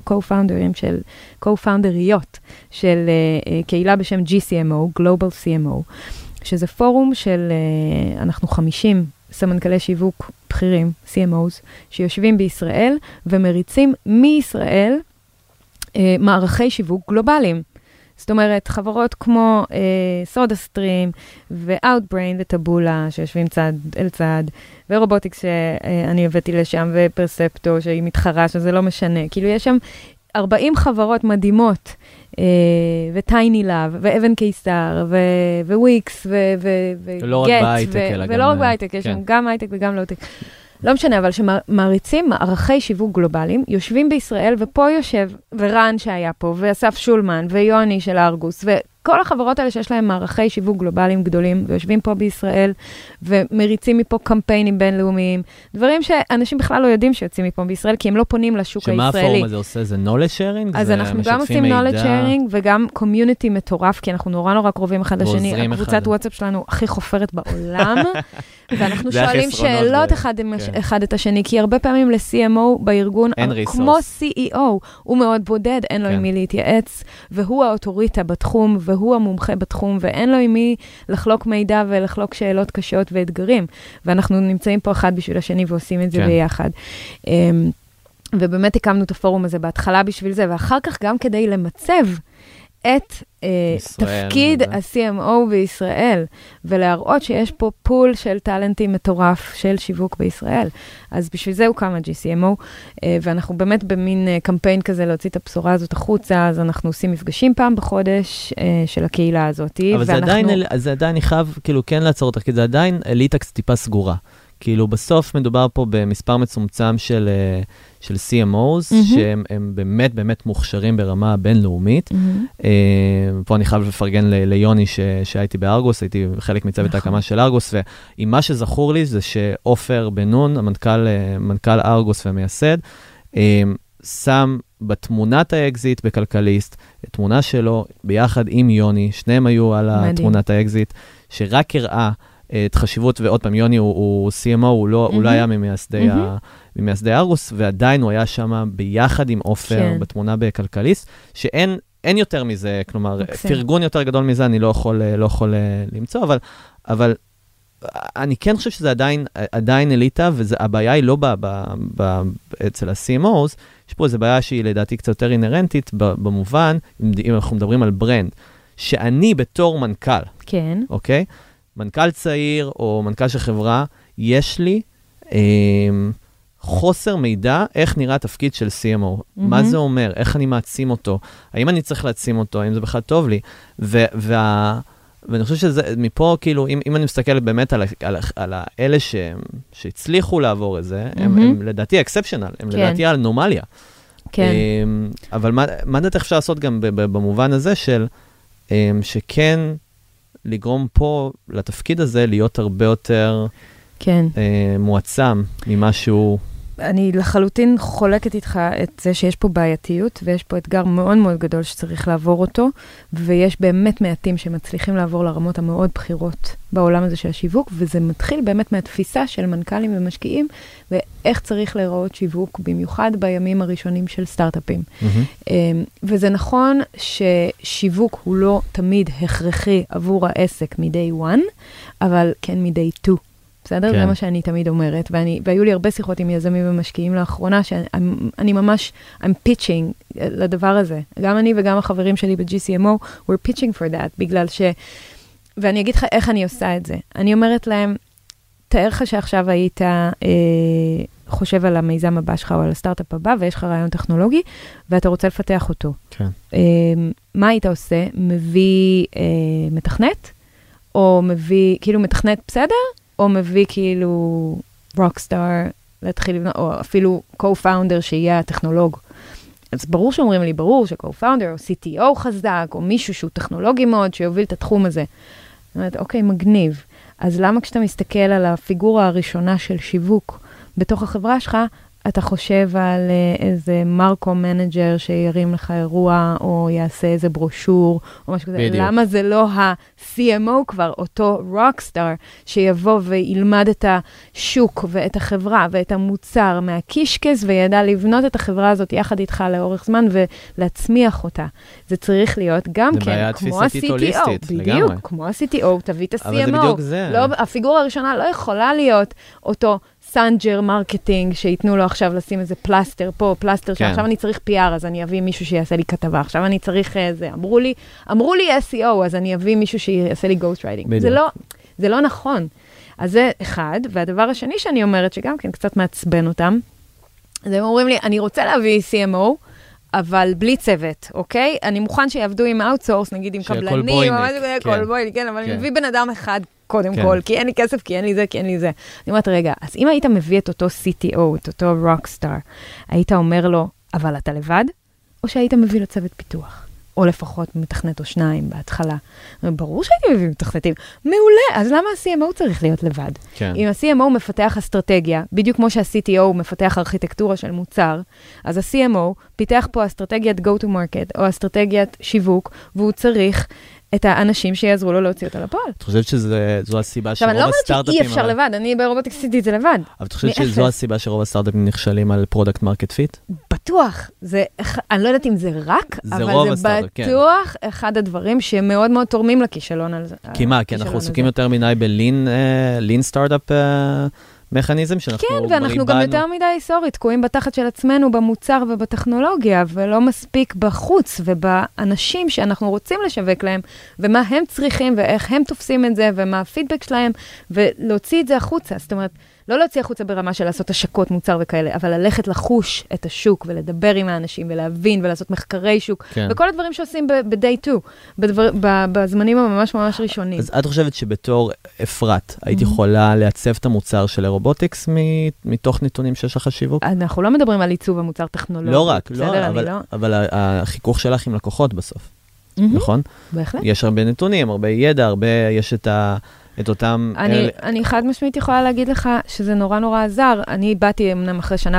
co-founderיות של קהילה בשם GCMO, Global CMO, שזה פורום של, אנחנו 50 סמנכלי שיווק בכירים, CMOs, שיושבים בישראל ומריצים מישראל מערכי שיווק גלובליים. זאת אומרת, חברות כמו סודהסטרים ו-Outbrain וטבולה, שיושבים צד אל צד, ורובוטיקס שאני הבאתי לשם, ופרספטו שהיא מתחרה, שזה לא משנה. כאילו יש שם 40 חברות מדהימות, וטייני לאב, ואבן קיסר, וויקס, וגט,
ולא רק בהייטק, אלא גם...
ולא רק בהייטק, יש שם גם הייטק וגם לואו-טק. לא משנה, אבל שמריצים מערכי שיווק גלובליים, יושבים בישראל, ופה יושב, ורן שהיה פה, ואסף שולמן, ויוני של ארגוס, וכל החברות האלה שיש להם מערכי שיווק גלובליים גדולים, ויושבים פה בישראל, ומריצים מפה קמפיינים בינלאומיים, דברים שאנשים בכלל לא יודעים שיוצאים מפה בישראל, כי הם לא פונים לשוק הישראלי.
שמה הפורום הזה עושה? זה knowledge sharing?
אז אנחנו גם עושים knowledge sharing, וגם community מטורף, כי אנחנו נורא קרובים אחד לשני. הקבוצת וואטסאפ שלנו הכי חופרת בעולם, ואנחנו שואלים שאלות אחד את השני, כי הרבה פעמים ל-CMO בארגון, כמו CEO, הוא מאוד בודד, אין לו עם מי להתייעץ, והוא האוטוריטה בתחום, והוא המומחה בתחום, ואין לו עם מי לחלוק מידע ולחלוק שאלות קשות ואתגרים. ואנחנו נמצאים פה אחד בשביל השני ועושים את זה ביחד. ובאמת הקמנו את הפורום הזה בהתחלה בשביל זה, ואחר כך גם כדי למצב את תפקיד ה-CMO בישראל, ולהראות שיש פה פול של טלנטים מטורף של שיווק בישראל. אז בשביל זה הוקם ה-GCMO, ואנחנו באמת במין קמפיין כזה להוציא את הבשורה הזאת החוצה, אז אנחנו עושים מפגשים פעם בחודש של הקהילה הזאת.
אבל זה עדיין, אני חייב כאילו כן לעצור אותך, כי זה עדיין אליטה טיפה סגורה. כאילו בסוף מדובר פה במספר מצומצם של CMOs, שהם באמת באמת מוכשרים ברמה בינלאומית. פה אני חייב לפרגן ליוני שהייתי בארגוס, הייתי חלק מצוות ההקמה של ארגוס, ועם מה שזכור לי זה שאופר בן נון, מנכ"ל ארגוס ומייסד, שם בתמונת האקזיט בכלכליסט, תמונה שלו ביחד עם יוני, שניהם היו על תמונת האקזיט, שרק הראה את חשיבות, ועוד פעם, יוני הוא CMO, הוא לא היה ממייסדי ארגוס, ועדיין הוא היה שם ביחד עם אופר בתמונה בכלכליסט, שאין יותר מזה, כלומר, פרגון יותר גדול מזה, אני לא יכול למצוא, אבל אני כן חושב שזה עדיין אליטה, והבעיה היא לא אצל ה-CMOs, יש פה איזו בעיה שהיא לדעתי קצת יותר אינרנטית, במובן, אם אנחנו מדברים על ברנד, שאני בתור מנכ"ל,
כן.
אוקיי? מנכ"ל צעיר או מנכ"ל של חברה, יש לי חוסר מידע איך נראה תפקיד של CMO. מה זה אומר? איך אני מעצים אותו? האם אני צריך להעצים אותו? האם זה בכלל טוב לי? ואני חושב שזה, מפה, כאילו, אם אני מסתכל באמת על האלה שהצליחו לעבור את זה, הם לדעתי אקספשנל, הם לדעתי אנומליה.
כן.
אבל מה דעת אפשר לעשות גם במובן הזה שכן לגרום פה לתפקיד הזה להיות הרבה יותר מועצם ממשהו...
אני לחלוטין חולקת איתך את זה שיש פה בעייתיות, ויש פה אתגר מאוד מאוד גדול שצריך לעבור אותו, ויש באמת מעטים שמצליחים לעבור לרמות המאוד בחירות בעולם הזה של השיווק, וזה מתחיל באמת מהתפיסה של מנכ"לים ומשקיעים, ואיך צריך להיראות שיווק, במיוחד בימים הראשונים של סטארט-אפים. וזה נכון ששיווק הוא לא תמיד הכרחי עבור העסק מ-day one, אבל כן מ-day 2. בסדר? זה מה שאני תמיד אומרת, והיו לי הרבה שיחות עם יזמים ומשקיעים לאחרונה, שאני ממש, I'm pitching לדבר הזה. גם אני וגם החברים שלי ב-GCMO, we're pitching for that, בגלל ואני אגיד לך איך אני עושה את זה. אני אומרת להם, תאר לך שעכשיו היית חושב על המיזם הבא שלך או על הסטארט-אפ הבא, ויש לך רעיון טכנולוגי, ואתה רוצה לפתח אותו.
כן.
מה היית עושה? מביא מתכנת, או מביא, כאילו מתכנת בסדר? או מביא כאילו רוקסטאר, להתחיל לבנות, או אפילו co-founder שיהיה הטכנולוג. אז ברור שאומרים לי, ברור ש-co-founder או CTO חזק, או מישהו שהוא טכנולוגי מאוד, שיוביל את התחום הזה. זאת אומרת, אוקיי, מגניב. אז למה כשאתה מסתכל על הפיגורה הראשונה של שיווק בתוך החברה שלך, אתה חושב על איזה מרקו מנג'ר שירים לך אירוע, או יעשה איזה ברושור, או משהו כזה. למה זה לא ה-CMO כבר, אותו רוקסטאר, שיבוא וילמד את השוק ואת החברה ואת המוצר מהקישקס, וידע לבנות את החברה הזאת יחד איתך לאורך זמן ולהצמיח אותה. זה צריך להיות גם כן, כמו ה-CTO. בדיוק, כמו ה-CTO, תביא את ה-CMO.
אבל זה בדיוק זה.
לא, הפיגורה הראשונה לא יכולה להיות אותו סנג'ר מרקטינג, שיתנו לו עכשיו לשים איזה פלסטר פה, פלסטר שם, עכשיו אני צריך PR, אז אני אביא מישהו שיעשה לי כתבה, עכשיו אני צריך זה, אמרו לי SEO, אז אני אביא מישהו שיעשה לי גוסט רייטינג. זה לא נכון. אז זה אחד, והדבר השני שאני אומרת, שגם כן קצת מעצבן אותם, אז הם אומרים לי, אני רוצה להביא CMO, אבל בלי צוות, אוקיי? אני מוכן שיעבדו עם אאוטסורס, נגיד עם קבלנים, כן, אבל אני מביא בן אדם אחד קודם כל, כי אין לי כסף, כי אין לי זה, כי אין לי זה. אני אומרת, רגע, אז אם היית מביא את אותו CTO, את אותו רוקסטאר, היית אומר לו, אבל אתה לבד? או שהיית מביא לו צוות פיתוח? או לפחות מתכנת או שניים בהתחלה. ברור שהייתי מביא מתכנתים. מעולה, אז למה ה-CMO צריך להיות לבד?
כן.
אם ה-CMO מפתח אסטרטגיה, בדיוק כמו שה-CTO מפתח ארכיטקטורה של מוצר, אז ה-CMO פיתח פה אסטרטגיית go to market, או אסטרטגיית שיווק, והוא צריך את האנשים שיעזרו לו להוציא אותה לפועל.
את חושבת שזו הסיבה שרוב הסטארט-אפים...
אני לא אומרת שאי אפשר לבד, אני ברובוטיקס עשיתי את זה לבד.
אבל את חושבת שזו הסיבה שרוב הסטארט-אפים נכשלים על פרודקט מרקט פיט?
בטוח. אני לא יודעת אם זה רק, אבל זה בטוח אחד הדברים שמאוד מאוד תורמים לכישלון על זה.
כי מה? כי אנחנו עסוקים יותר מדי בלין סטארט-אפ מכניזם שאנחנו...
כן, ואנחנו גם יותר מדי תקועים בתחת של עצמנו במוצר ובטכנולוגיה, ולא מספיק בחוץ ובאנשים שאנחנו רוצים לשווק להם, ומה הם צריכים ואיך הם תופסים את זה, ומה הפידבק שלהם, ולהוציא את זה החוצה. זאת אומרת, לא להוציא החוצה ברמה של לעשות השקות מוצר וכאלה, אבל ללכת לחוש את השוק ולדבר עם האנשים ולהבין ולעשות מחקרי שוק, כן. וכל הדברים שעושים ב-day 2, בזמנים הממש ממש ראשונים. אז
את חושבת שבתור אפרת, היית יכולה לעצב את המוצר של הרובוטיקס מתוך נתונים שיש לך שיווק?
אנחנו לא מדברים על עיצוב המוצר טכנולוגי.
לא רק, אבל החיכוך שלך עם לקוחות בסוף, נכון?
בהחלט.
יש הרבה נתונים, הרבה ידע, יש את אותם...
אני חד משמעית יכולה להגיד לך שזה נורא נורא עזר. אני באתי אמנם אחרי 1.5 שנה,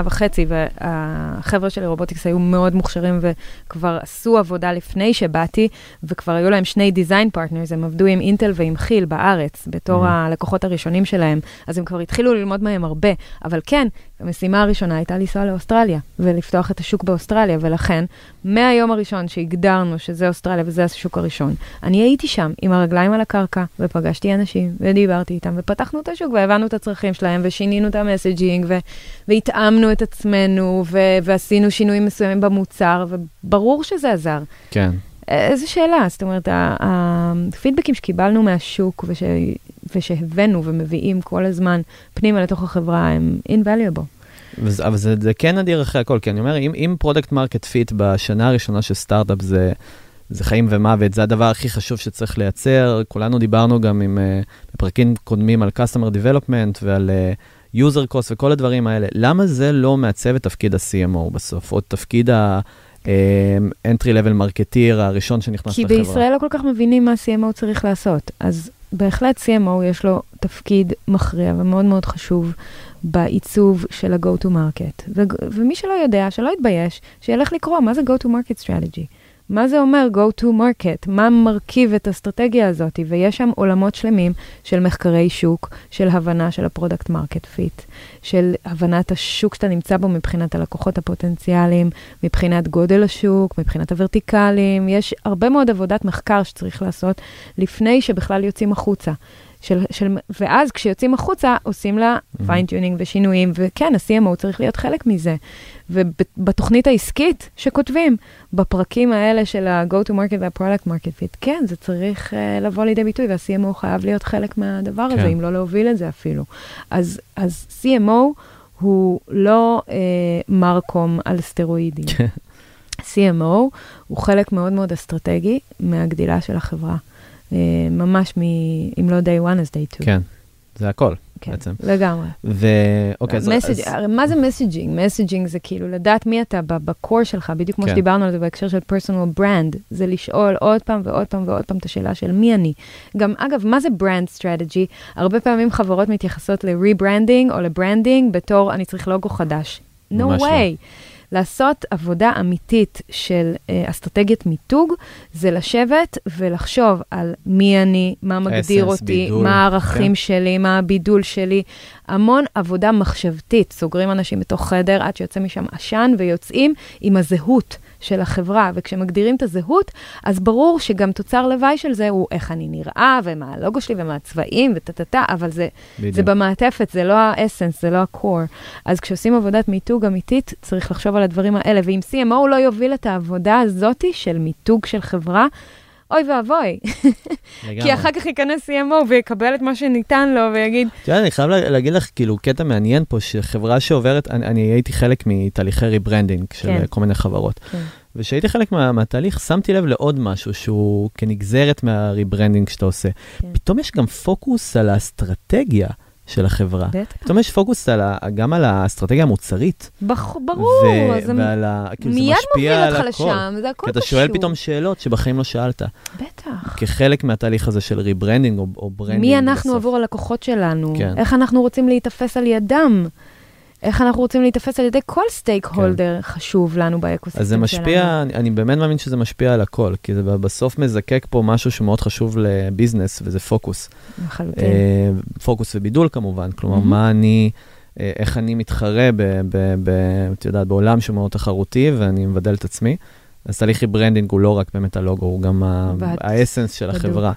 והחבר'ה שלי רובוטיקס היו מאוד מוכשרים וכבר עשו עבודה לפני שבאתי, וכבר היו להם 2 דיזיין פרטנרס, הם עבדו עם אינטל ועם חיל בארץ, בתור הלקוחות הראשונים שלהם, אז הם כבר התחילו ללמוד מהם הרבה, אבל כן, המשימה הראשונה הייתה לנסוע לאוסטרליה, ולפתוח את השוק באוסטרליה, ולכן, מהיום הראשון שהגדרנו שזה אוסטרליה וזה השוק הראשון, אני הייתי שם עם הרגליים על הקרקע, ופגשתי אנשים, ודיברתי איתם, ופתחנו את השוק, והבנו את הצרכים שלהם, ושינינו את המסג'ינג, והתאמנו את עצמנו, ועשינו שינויים מסוימים במוצר, וברור שזה עזר.
כן.
איזו שאלה, זאת אומרת, הפידבקים שקיבלנו מהשוק, ושהבאנו ומביאים כל הזמן פנימה לתוך החברה, הם invaluable.
אבל זה כן נדיר אחרי הכל, כי אני אומר, אם פרודקט מרקט פיט בשנה הראשונה של סטארט-אפ זה חיים ומוות, זה הדבר הכי חשוב שצריך לייצר. כולנו דיברנו גם בפרקים קודמים על Customer Development ועל User Cost וכל הדברים האלה. למה זה לא מעצב את תפקיד ה-CMO בסוף, או תפקיד entry level marketeer הראשון שנכנס לחברה?
כי בישראל לא כל כך מבינים מה CMO צריך לעשות. אז בהחלט CMO יש לו תפקיד מכריע ומאוד מאוד חשוב בעיצוב של ה-go to market. ומי שלא יודע, שלא יתבייש, שילך לקרוא מה זה go to market strategy. מה זה אומר go to market? מה מרכיב את האסטרטגיה הזאת? ויש שם עולמות שלמים של מחקרי שוק, של הבנה של הפרודקט מרקט פיט, של הבנת השוק שאתה נמצא בו מבחינת הלקוחות הפוטנציאליים, מבחינת גודל השוק, מבחינת הוורטיקלים. יש הרבה מאוד עבודת מחקר שצריך לעשות לפני שבכלל יוצאים החוצה. ואז כשיוצאים החוצה, עושים לה פיינטיונינג ושינויים, וכן, ה-CMO צריך להיות חלק מזה. ובתוכנית העסקית שכותבים, בפרקים האלה של ה-go to market וה-product market fit, כן, זה צריך לבוא לידי ביטוי, וה-CMO חייב להיות חלק מהדבר הזה, אם לא להוביל את זה אפילו. אז CMO הוא לא מרקום על סטרואידים. CMO הוא חלק מאוד מאוד אסטרטגי מהגדילה של החברה. ממש אם לא day one, אז day two.
כן, זה הכל. בעצם.
לגמרי.
אוקיי,
מה זה מסג'ינג? מסג'ינג זה כאילו לדעת מי אתה בקור שלך, בדיוק כמו שדיברנו על זה בהקשר של personal brand, זה לשאול עוד פעם ועוד פעם ועוד פעם את השאלה של מי אני. גם, אגב, מה זה brand strategy? הרבה פעמים חברות מתייחסות ל-rebranding או ל-branding בתור אני צריך לוגו חדש. No way. לעשות עבודה אמיתית של אסטרטגיית מיתוג, זה לשבת ולחשוב על מי אני, מה מגדיר אותי, מה הערכים שלי, מה הבידול שלי. המון עבודה מחשבתית. סוגרים אנשים בתוך חדר עד שיוצא משם עשן, ויוצאים עם הזהות של החברה. וכשמגדירים את הזהות, אז ברור שגם תוצר לוואי של זה הוא איך אני נראה, ומה הלוגו שלי, ומה הצבעים, וטטטה, אבל זה במעטפת, זה לא האסנס, זה לא הקור. אז כשעושים עבודת מיתוג אמיתית, צריך לחשוב על הדברים האלה, ואם CMO לא יוביל את העבודה הזאת של מיתוג של חברה, אוי ואבוי. כי אחר כך ייכנס CMO ויקבל את מה שניתן לו ויגיד...
תראה, אני חייב להגיד לך, כאילו, קטע מעניין פה, שחברה שעוברת, אני הייתי חלק מתהליכי ריברנדינג של כל מיני חברות. ושהייתי חלק מהתהליך, שמתי לב לעוד משהו שהוא כנגזרת מהריברנדינג שאתה עושה. פתאום יש גם פוקוס על האסטרטגיה של החברה. פתאום יש פוקוס גם על האסטרטגיה המוצרית.
ברור. מיד מוביל אותך לשם, זה הכל קשור.
כי אתה שואל פתאום שאלות שבחיים לא שאלת.
בטח.
כחלק מהתהליך הזה של ריברנדינג או ברנדינג.
מי אנחנו עבור הלקוחות שלנו? איך אנחנו רוצים להתאפס על ידם? איך אנחנו רוצים להתאפס על ידי כל סטייק הולדר חשוב לנו באקוסיסטם שלנו.
אז זה משפיע, אני באמת מאמין שזה משפיע על הכל, כי זה בסוף מזקק פה משהו שמאוד חשוב לביזנס, וזה פוקוס.
לחלוטין.
פוקוס ובידול כמובן, כלומר, איך אני מתחרה את יודעת, בעולם שהוא מאוד תחרותי, ואני מבדל את עצמי. אז תהליך ריברנדינג הוא לא רק באמת הלוגו, הוא גם האסנס של החברה.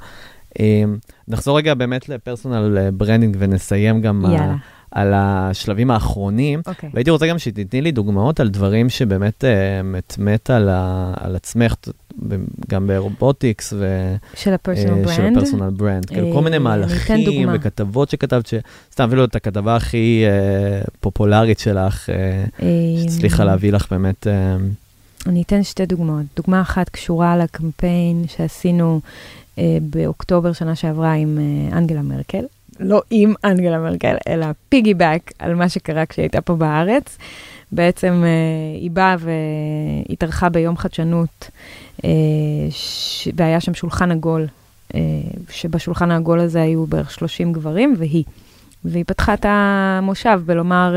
נחזור רגע באמת לפרסונל ברנדינג, ונסיים גם על השלבים האחרונים, והייתי רוצה גם שתתני לי דוגמאות על דברים שבאמת מתמת על עצמך, גם ברובוטיקס
של הפרסונל
ברנד, כל מיני מהלכים וכתבות שכתבת, סתם אפילו את הכתבה הכי פופולרית שלך, שצליחה להביא לך באמת...
אני אתן שתי דוגמאות. דוגמה אחת קשורה לקמפיין שעשינו באוקטובר שנה שעברה עם אנגלה מרקל. לא עם אנגלה מרקל, אלא פיגי-בק על מה שקרה כשהיא הייתה פה בארץ. בעצם היא באה והתארחה ביום חדשנות, והיה שם שולחן עגול, שבשולחן העגול הזה היו בערך 30 גברים, והיא פתחה את המושב בלומר,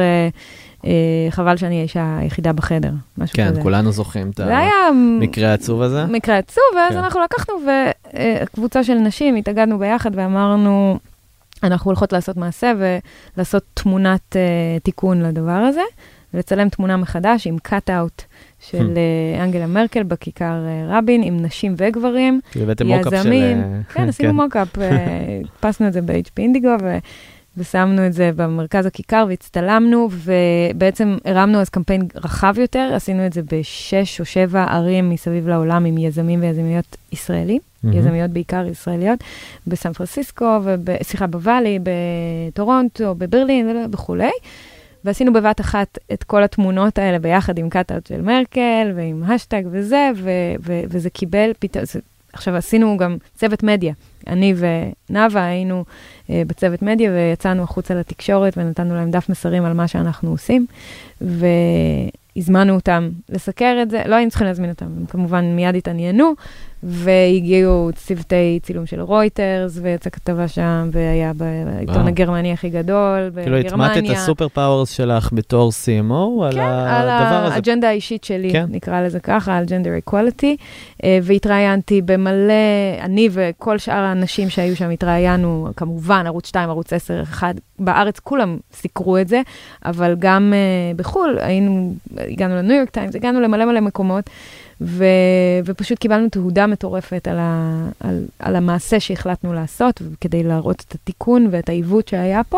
חבל שאני האישה היחידה בחדר, משהו כזה.
כן, כולנו זוכים את המקרה העצוב הזה.
מקרה עצוב, ואז אנחנו לקחנו, וקבוצה של נשים התאגדנו ביחד ואמרנו, אנחנו הולכות לעשות מעשה ולעשות תמונת תיקון לדבר הזה, ולצלם תמונה מחדש עם קאט-אאוט של אנגלה מרקל בכיכר רבין, עם נשים וגברים, יזמים. כן, עשינו מוקאפ, הדפסנו את זה ב-HP אינדיגו, ושמנו את זה במרכז הכיכר, והצטלמנו, ובעצם הרמנו אז קמפיין רחב יותר, עשינו את זה ב6 או 7 ערים מסביב לעולם, עם יזמים ויזמיות ישראלים, יזמיות בעיקר ישראליות, בסן פרנסיסקו, בוואלי, בטורונטו, בברלין וכו'. ועשינו בבת אחת את כל התמונות האלה ביחד עם קאט-אאוט של מרקל, ועם השטג וזה, וזה קיבל פתאום, עכשיו עשינו גם צוות מדיה. אני ונאווה היינו בצוות מדיה, ויצאנו החוצה לתקשורת, ונתנו להם דף מסרים על מה שאנחנו עושים, והזמנו אותם לסקר את זה, לא היינו צריכים להזמין אותם, הם כמובן מיד התעניינו, והגיעו צוותי צילום של רויטרס, ויצא כתבה שם, והיה בעיתון הגרמני הכי גדול,
כאילו התמדת את הסופר פאוורס שלך בתור CMO על הדבר הזה.
האג'נדה האישית שלי, נקרא לזה ככה, על ג'נדר איקוואליטי, והתראיינתי במלא, אני וכל שאר האנשים שהיו שם התראיינו, כמובן, ערוץ 2, ערוץ 10, 1, בארץ כולם סיקרו את זה, אבל גם בחול, הגענו לניו יורק טיימס, הגענו למלא מלא מקומות, ופשוט קיבלנו תהודה מטורפת על המעשה שהחלטנו לעשות, כדי להראות את התיקון ואת העיוות שהיה פה.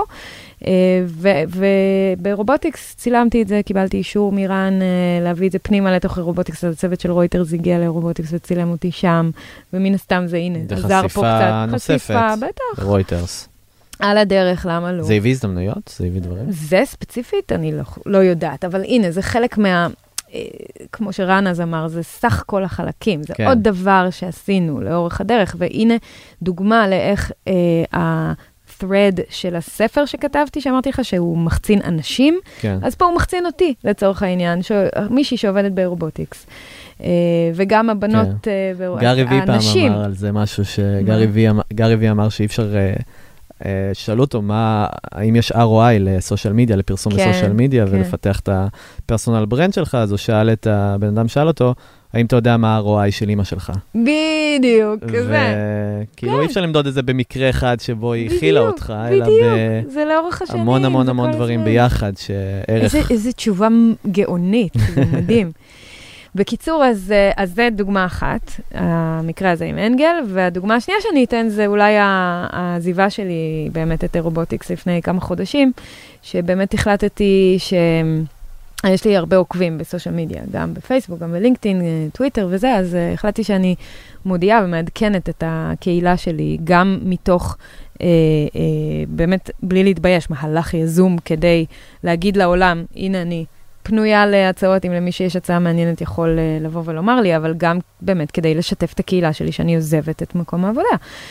וברובוטיקס צילמתי את זה, קיבלתי אישור מירן להביא את זה פנימה לתוך רובוטיקס, אז הצוות של רויטרס הגיע לרובוטיקס וצילם אותי שם, ומן הסתם זה, הנה, עזר פה קצת.
חשיפה נוספת,
בטח.
רויטרס.
על הדרך, למה לא?
זה הביא הזדמנויות? זה הביא דברים?
זה ספציפית, אני לא יודעת, אבל הנה, זה חלק כמו שרן אז אמר, זה סך כל החלקים, זה עוד דבר שעשינו לאורך הדרך, והנה דוגמה לאיך ה-thread של הספר שכתבתי, שאמרתי לך שהוא מחצין אנשים, אז פה הוא מחצין אותי, לצורך העניין, מישהי שעובדת ברובוטיקס. וגם הבנות,
גרי וי פעם אמר על זה משהו, שגרי וי אמר שאי אפשר... שאלו אותו, האם יש ROI לסושיאל מדיה, לפרסום בסושיאל מדיה, ולפתח את הפרסונל ברנד שלך, אז הוא שאל את הבן אדם, שאל אותו, האם אתה יודע מה ה-ROI של אמא שלך?
בדיוק, כזה.
וכאילו אי אפשר למדוד את זה במקרה אחד שבו היא הכילה אותך, אלא בהמון המון המון דברים ביחד, שערך...
איזו תשובה גאונית, זה מדהים. בקיצור, אז זה דוגמה אחת, המקרה הזה עם אנגל, והדוגמה השנייה שאני אתן זה אולי העזיבה שלי באמת את רובוטיקס לפני כמה חודשים, שבאמת החלטתי שיש לי הרבה עוקבים בסושיאל מדיה, גם בפייסבוק, גם בלינקדאין, טוויטר וזה, אז החלטתי שאני מודיעה ומעדכנת את הקהילה שלי, גם מתוך באמת בלי להתבייש, מהלך יזום כדי להגיד לעולם, הנה אני, פנויה להצעות, אם למי שיש הצעה מעניינת יכול לבוא ולומר לי, אבל גם באמת כדי לשתף את הקהילה שלי, שאני עוזבת את מקום העבודה.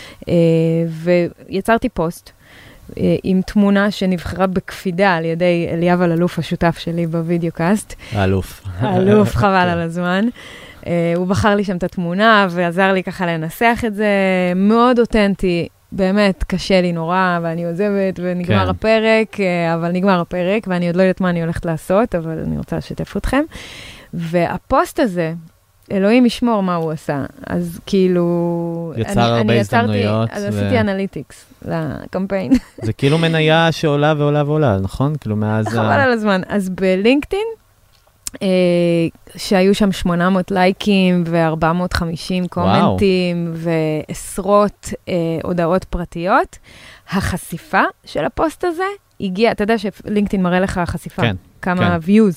ויצרתי פוסט עם תמונה שנבחרה בקפידה על ידי אליאב אלאלוף, השותף שלי בווידאו קאסט. האלוף, חבל על הזמן. הוא בחר לי שם את התמונה, ועזר לי ככה לנסח את זה, מאוד אותנטי. באמת קשה לי נורא, ואני עוזבת, ונגמר הפרק, אבל נגמר הפרק, ואני עוד לא יודעת מה אני הולכת לעשות, אבל אני רוצה לשתף אתכם. והפוסט הזה, אלוהים ישמור מה הוא עשה. אז כאילו...
יצר הרבה הזדמנויות.
אז עשיתי אנליטיקס לקמפיין.
זה כאילו מניה שעולה ועולה ועולה, נכון? כאילו מאז...
חבל על הזמן. אז בלינקדאין, שהיו שם 800 לייקים ו-450 קומנטים ועשרות הודעות פרטיות. החשיפה של הפוסט הזה הגיעה, אתה יודע שלינקדאין מראה לך חשיפה, כמה views.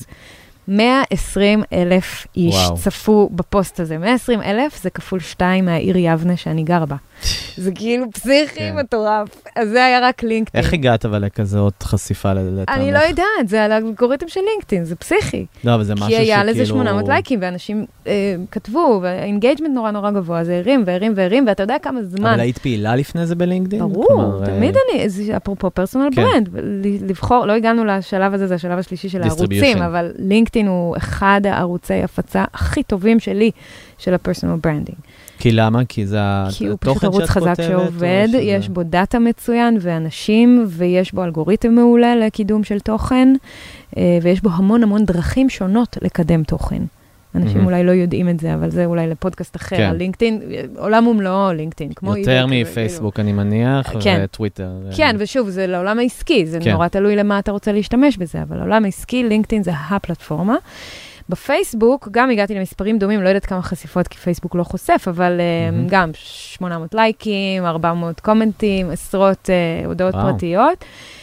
120,000 איש צפו בפוסט הזה. 120,000 זה כפול 2 מהעיר יבנה שאני גר בה. זה כאילו פסיכי מטורף. אז זה היה רק לינקדאין.
איך הגעת אבל לכזאת חשיפה לטעמך?
אני לא יודעת, זה על האלגוריתם של לינקדאין, זה פסיכי.
לא, אבל זה משהו
שכאילו... כי היה לזה 800 לייקים, ואנשים כתבו, והאינגייג'מנט נורא נורא גבוה, זה הרים והרים והרים, ואתה יודע כמה זמן.
אבל היית פעילה לפני זה בלינקדאין?
ברור, תמיד אני, אפרופו פרסונל ברנד, לבחור, לא הגענו לשלב הזה, זה השלב השלישי של הערוצים, אבל לינקדאין הוא אחד הערוצי הפצה הכי טובים שלי, של הפרסונל ברנדינג.
כי למה? כי זה התוכן שאת כותבת? כי הוא פשוט
ערוץ חזק שעובד, יש בו דאטה מצוין ואנשים, ויש בו אלגוריתם מעולה לקידום של תוכן, ויש בו המון המון דרכים שונות לקדם תוכן. אנשים אולי לא יודעים את זה, אבל זה אולי לפודקאסט אחר, על לינקדאין, עולם ומלואו לינקדאין, כמו
יותר מפייסבוק, אני מניח, וטוויטר.
כן, ושוב, זה לעולם העסקי, זה נורא תלוי למה אתה רוצה להשתמש בזה, אבל לעולם העסקי, לינקדאין זה הפלטפורמה. בפייסבוק גם הגעתי למספרים דומים, לא יודעת כמה חשיפות, כי פייסבוק לא חושף, אבל גם 800 לייקים, 400 קומנטים, עשרות הודעות פרטיות,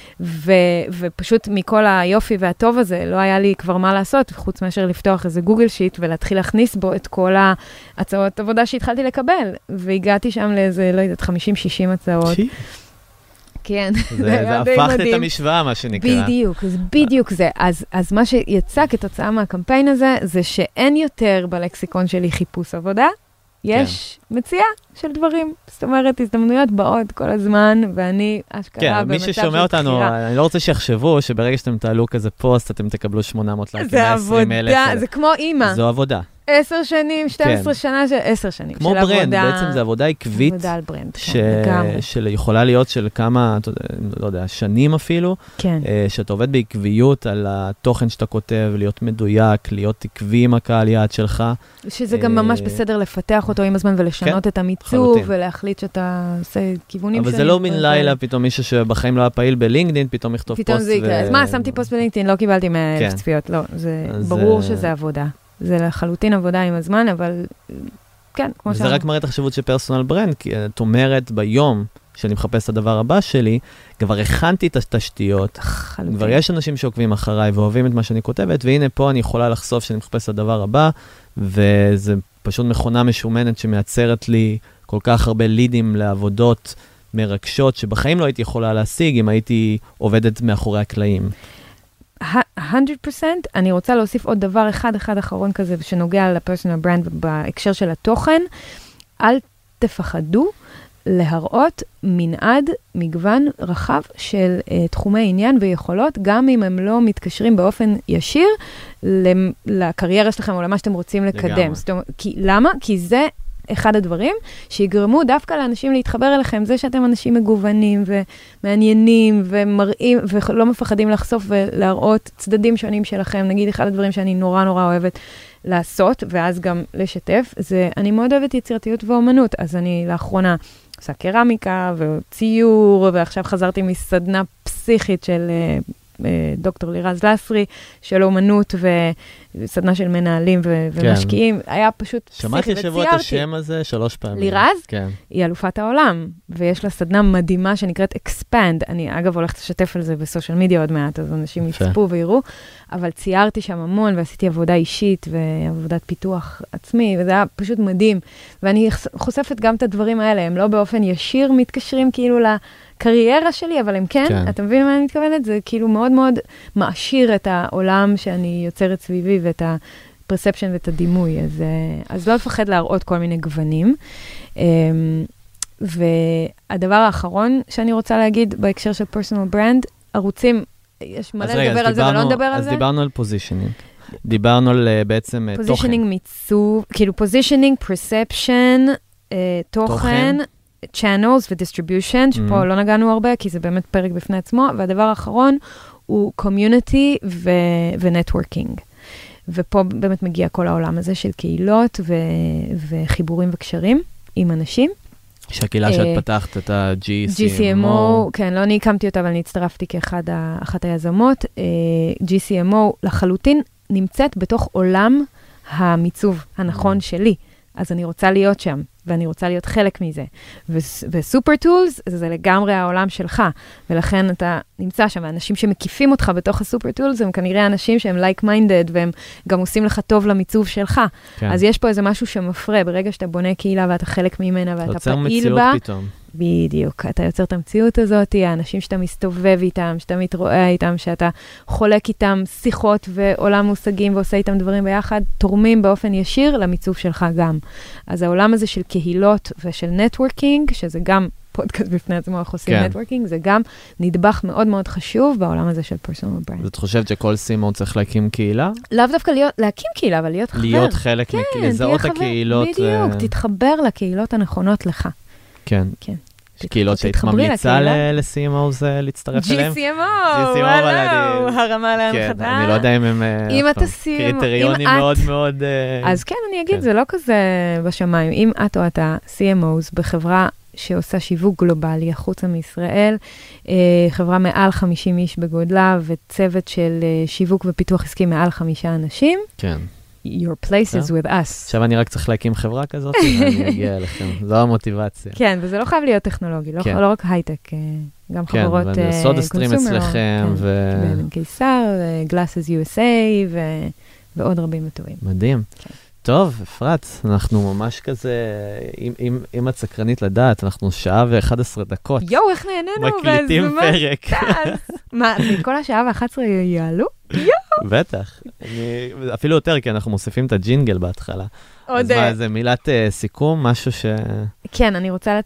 ופשוט מכל היופי והטוב הזה, לא היה לי כבר מה לעשות, חוץ מאשר לפתוח איזה גוגל שיט, ולהתחיל להכניס בו את כל ההצעות עבודה שהתחלתי לקבל, והגעתי שם לאיזה, לא יודעת, 50-60 הצעות. כן,
זה הפכת את המשוואה, מה שנקרא.
בדיוק, זה בדיוק זה. אז מה שיצא כתוצאה מהקמפיין הזה, זה שאין יותר בלקסיקון שלי חיפוש עבודה, יש מציאה של דברים. זאת אומרת, הזדמנויות באות כל הזמן, ואני אשכרה במצב של בחירה. כן, מי ששומע אותנו,
אני לא רוצה שיחשבו שברגע שאתם תעלו כזה פוסט, אתם תקבלו 800 לייקים,
זה עבודה, זה כמו אימא.
זו עבודה.
10 שנים, 12 שנה, 10 שנים.
כמו ברנד, בעצם זה עבודה עקבית.
עבודה על ברנד,
שיכולה להיות של כמה, לא יודע, שנים אפילו.
כן.
שאתה עובד בעקביות על התוכן שאתה כותב, להיות מדויק, להיות עקבי עם הקהל יעד שלך.
שזה גם ממש בסדר לפתח אותו עם הזמן ולשנות את המיצוב, ולהחליט שאתה עושה כיוונים שונים.
אבל זה לא מן לילה, פתאום מישהו שבחיים לא היה פעיל בלינקדאין, פתאום יכתוב פוסט.
פתאום זה יקרה. אז מה, שמתי פוסט בלינקדאין, לא קיבלתי 100,000 צפיות. לא, זה ברור שזה עבודה. זה לחלוטין עבודה עם הזמן, אבל כן, כמו
זה רק מראה את החשיבות של פרסונל ברנד, כי את אומרת ביום שאני מחפש את הדבר הבא שלי, כבר הכנתי את התשתיות, כבר יש אנשים שעוקבים אחריי ואוהבים את מה שאני כותבת, והנה פה אני יכולה לחשוף שאני מחפש את הדבר הבא, וזה פשוט מכונה משומנת שמייצרת לי כל כך הרבה לידים לעבודות מרגשות, שבחיים לא הייתי יכולה להשיג אם הייתי עובדת מאחורי הקלעים.
100%, אני רוצה להוסיף עוד דבר אחד אחרון כזה, שנוגע לפרסונל ברנד בהקשר של התוכן. אל תפחדו להראות מנעד, מגוון רחב של תחומי עניין ויכולות, גם אם הם לא מתקשרים באופן ישיר לקריירה שלכם או למה שאתם רוצים לקדם. למה? כי זה אחד הדברים שיגרמו דווקא לאנשים להתחבר אליכם, זה שאתם אנשים מגוונים ומעניינים ומראים ולא מפחדים לחשוף ולהראות צדדים שונים שלכם. נגיד, אחד הדברים שאני נורא אוהבת לעשות, ואז גם לשתף, זה אני מאוד אוהבת יצירתיות ואומנות, אז אני לאחרונה עושה קרמיקה וציור, ועכשיו חזרתי מסדנה פסיכית של דוקטור לירז לסרי, של אומנות וסדנה של מנהלים ומשקיעים. היה פשוט פסיכי,
שמעתי שבוע את השם הזה 3 פעמים.
לירז? כן. היא אלופת העולם, ויש לה סדנה מדהימה שנקראת Expand. אני אגב הולכת לשתף על זה בסושיאל מדיה עוד מעט, אז אנשים יצפו ויראו, אבל ציירתי שם המון, ועשיתי עבודה אישית ועבודת פיתוח עצמי, וזה היה פשוט מדהים. ואני חושפת גם את הדברים האלה, הם לא באופן ישיר מתקשרים כאילו קריירה שלי, אבל הם כן, אתה מבין מה אני מתכוונת? זה כאילו מאוד מעשיר את העולם שאני יוצרת סביבי, ואת הפרספשן ואת הדימוי. אז לא לפחד להראות כל מיני גוונים. והדבר האחרון שאני רוצה להגיד, בהקשר של פרסונל ברנד, ערוצים, יש מלא לדבר על זה ולא נדבר על זה.
אז דיברנו על פוזישנינג. דיברנו על בעצם תוכן.
פוזישנינג מיצוב, כאילו פוזישנינג, פרספשן, תוכן, channels ו-distribution, שפה לא נגענו הרבה, כי זה באמת פרק בפני עצמו, והדבר האחרון הוא community ו-networking. ופה באמת מגיע כל העולם הזה של קהילות וחיבורים וקשרים עם אנשים.
שהקהילה שאת פתחת את ה-GCMO.
כן, לא אני הקמתי אותה, אבל אני הצטרפתי כאחת היזמות. GCMO לחלוטין נמצאת בתוך עולם המיצוב הנכון שלי. אז אני רוצה להיות שם, ואני רוצה להיות חלק מזה. וסופר טולס, זה לגמרי העולם שלך, ולכן אתה נמצא שם, האנשים שמקיפים אותך בתוך הסופר טולס, הם כנראה אנשים שהם like-minded, והם גם עושים לך טוב למיצוב שלך. כן. אז יש פה איזה משהו שמפרה, ברגע שאתה בונה קהילה, ואתה חלק ממנה, ואתה פעיל בה,
פתאום.
בדיוק, אתה יוצר את המציאות הזאת, האנשים שאתה מסתובב איתם, שאתה מתרואה איתם, שאתה חולק איתם שיחות ועולם מושגים ועושה איתם דברים ביחד, תורמים באופן ישיר למיצוב שלך גם. אז העולם הזה של קהילות ושל נטוורקינג, שזה גם פודקאסט בפני עצמו, איך עושים נטוורקינג, זה גם נדבך מאוד מאוד חשוב בעולם הזה של פרסונל ברנד.
אז את חושבת שכל CMO צריך להקים קהילה?
לאו דווקא להקים קהילה, אבל להיות חבר.
להיות חלק, לזהות הקהילות.
בדיוק, תתחבר לקהילות הנכונות לך.
כן.
כן.
קהילות שהיית ממליצה ל-CMO זה להצטרף אליהם?
GCMO, וואו, הרמה להנחתה.
אני לא יודע אם הם קריטריונים מאוד מאוד...
אז כן, אני אגיד, זה לא כזה בשמיים. אם את או אתה CMOs בחברה שעושה שיווק גלובלי, החוצה מישראל, חברה מעל 50 איש בגודלה, וצוות של שיווק ופיתוח עסקי מעל 5 אנשים. כן. Your place is with us.
עכשיו אני רק צריך להקים חברה כזאת, ואני אגיע אליכם. זו המוטיבציה.
כן, וזה לא חייב להיות טכנולוגי, לא רק הייטק, גם חברות קונסומר. כן,
וסוד הסטרים אצלכם.
בן קיסר, Glasses USA, ועוד רבים וטובים.
מדהים. טוב, אפרת, אנחנו ממש כזה, אם את סקרנית לדעת, אנחנו 1:11.
יואו, איך נהנינו,
מקליטים פרק.
מה, כל 1:11 יעלו?
בטח. אפילו יותר, כי אנחנו מוסיפים את הג'ינגל בהתחלה. אז מה, זה מילת סיכום, משהו ש...
כן, אני רוצה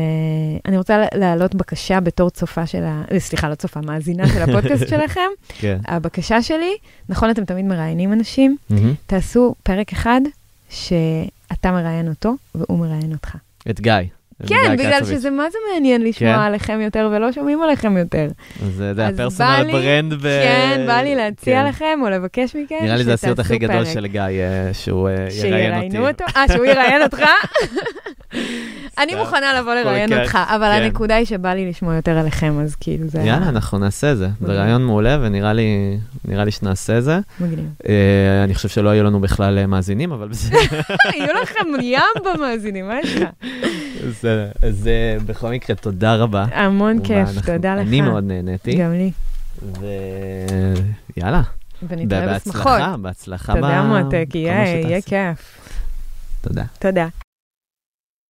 להעלות בקשה בתור צופה של סליחה, לא צופה, מאזינה של הפודקאסט שלכם. הבקשה שלי, נכון, אתם תמיד מראיינים אנשים, תעשו פרק אחד שאתה מראיין אותו, והוא מראיין אותך.
את גיא.
כן, בגלל שזה מה זה מעניין לשמוע עליכם יותר, ולא שומעים עליכם יותר.
זה הפרסונל ברנד.
כן, בא לי להציע לכם, או לבקש מכם,
נראה לי זה הסיוט הכי גדול של גיא, שהוא יראיין אותי.
שהוא יראיין אותך? אני מוכנה לבוא לראיין אותך, אבל הנקודה היא שבא לי לשמוע יותר עליכם, אז כאילו זה...
יאללה, אנחנו נעשה זה. זה רעיון מעולה, ונראה לי שנעשה זה.
מגניב.
אני חושב שלא יהיו לנו בכלל מאזינים, אבל בסדר.
יהיו לכם ים במאזינים, מה יש לך?
אז בכל מקרה, תודה רבה.
המון כיף, תודה לך.
אני מאוד נהניתי.
גם לי.
ויאללה.
ונתראה בשמחות.
בהצלחה.
תודה מותק, יהיה כיף.
תודה.
תודה.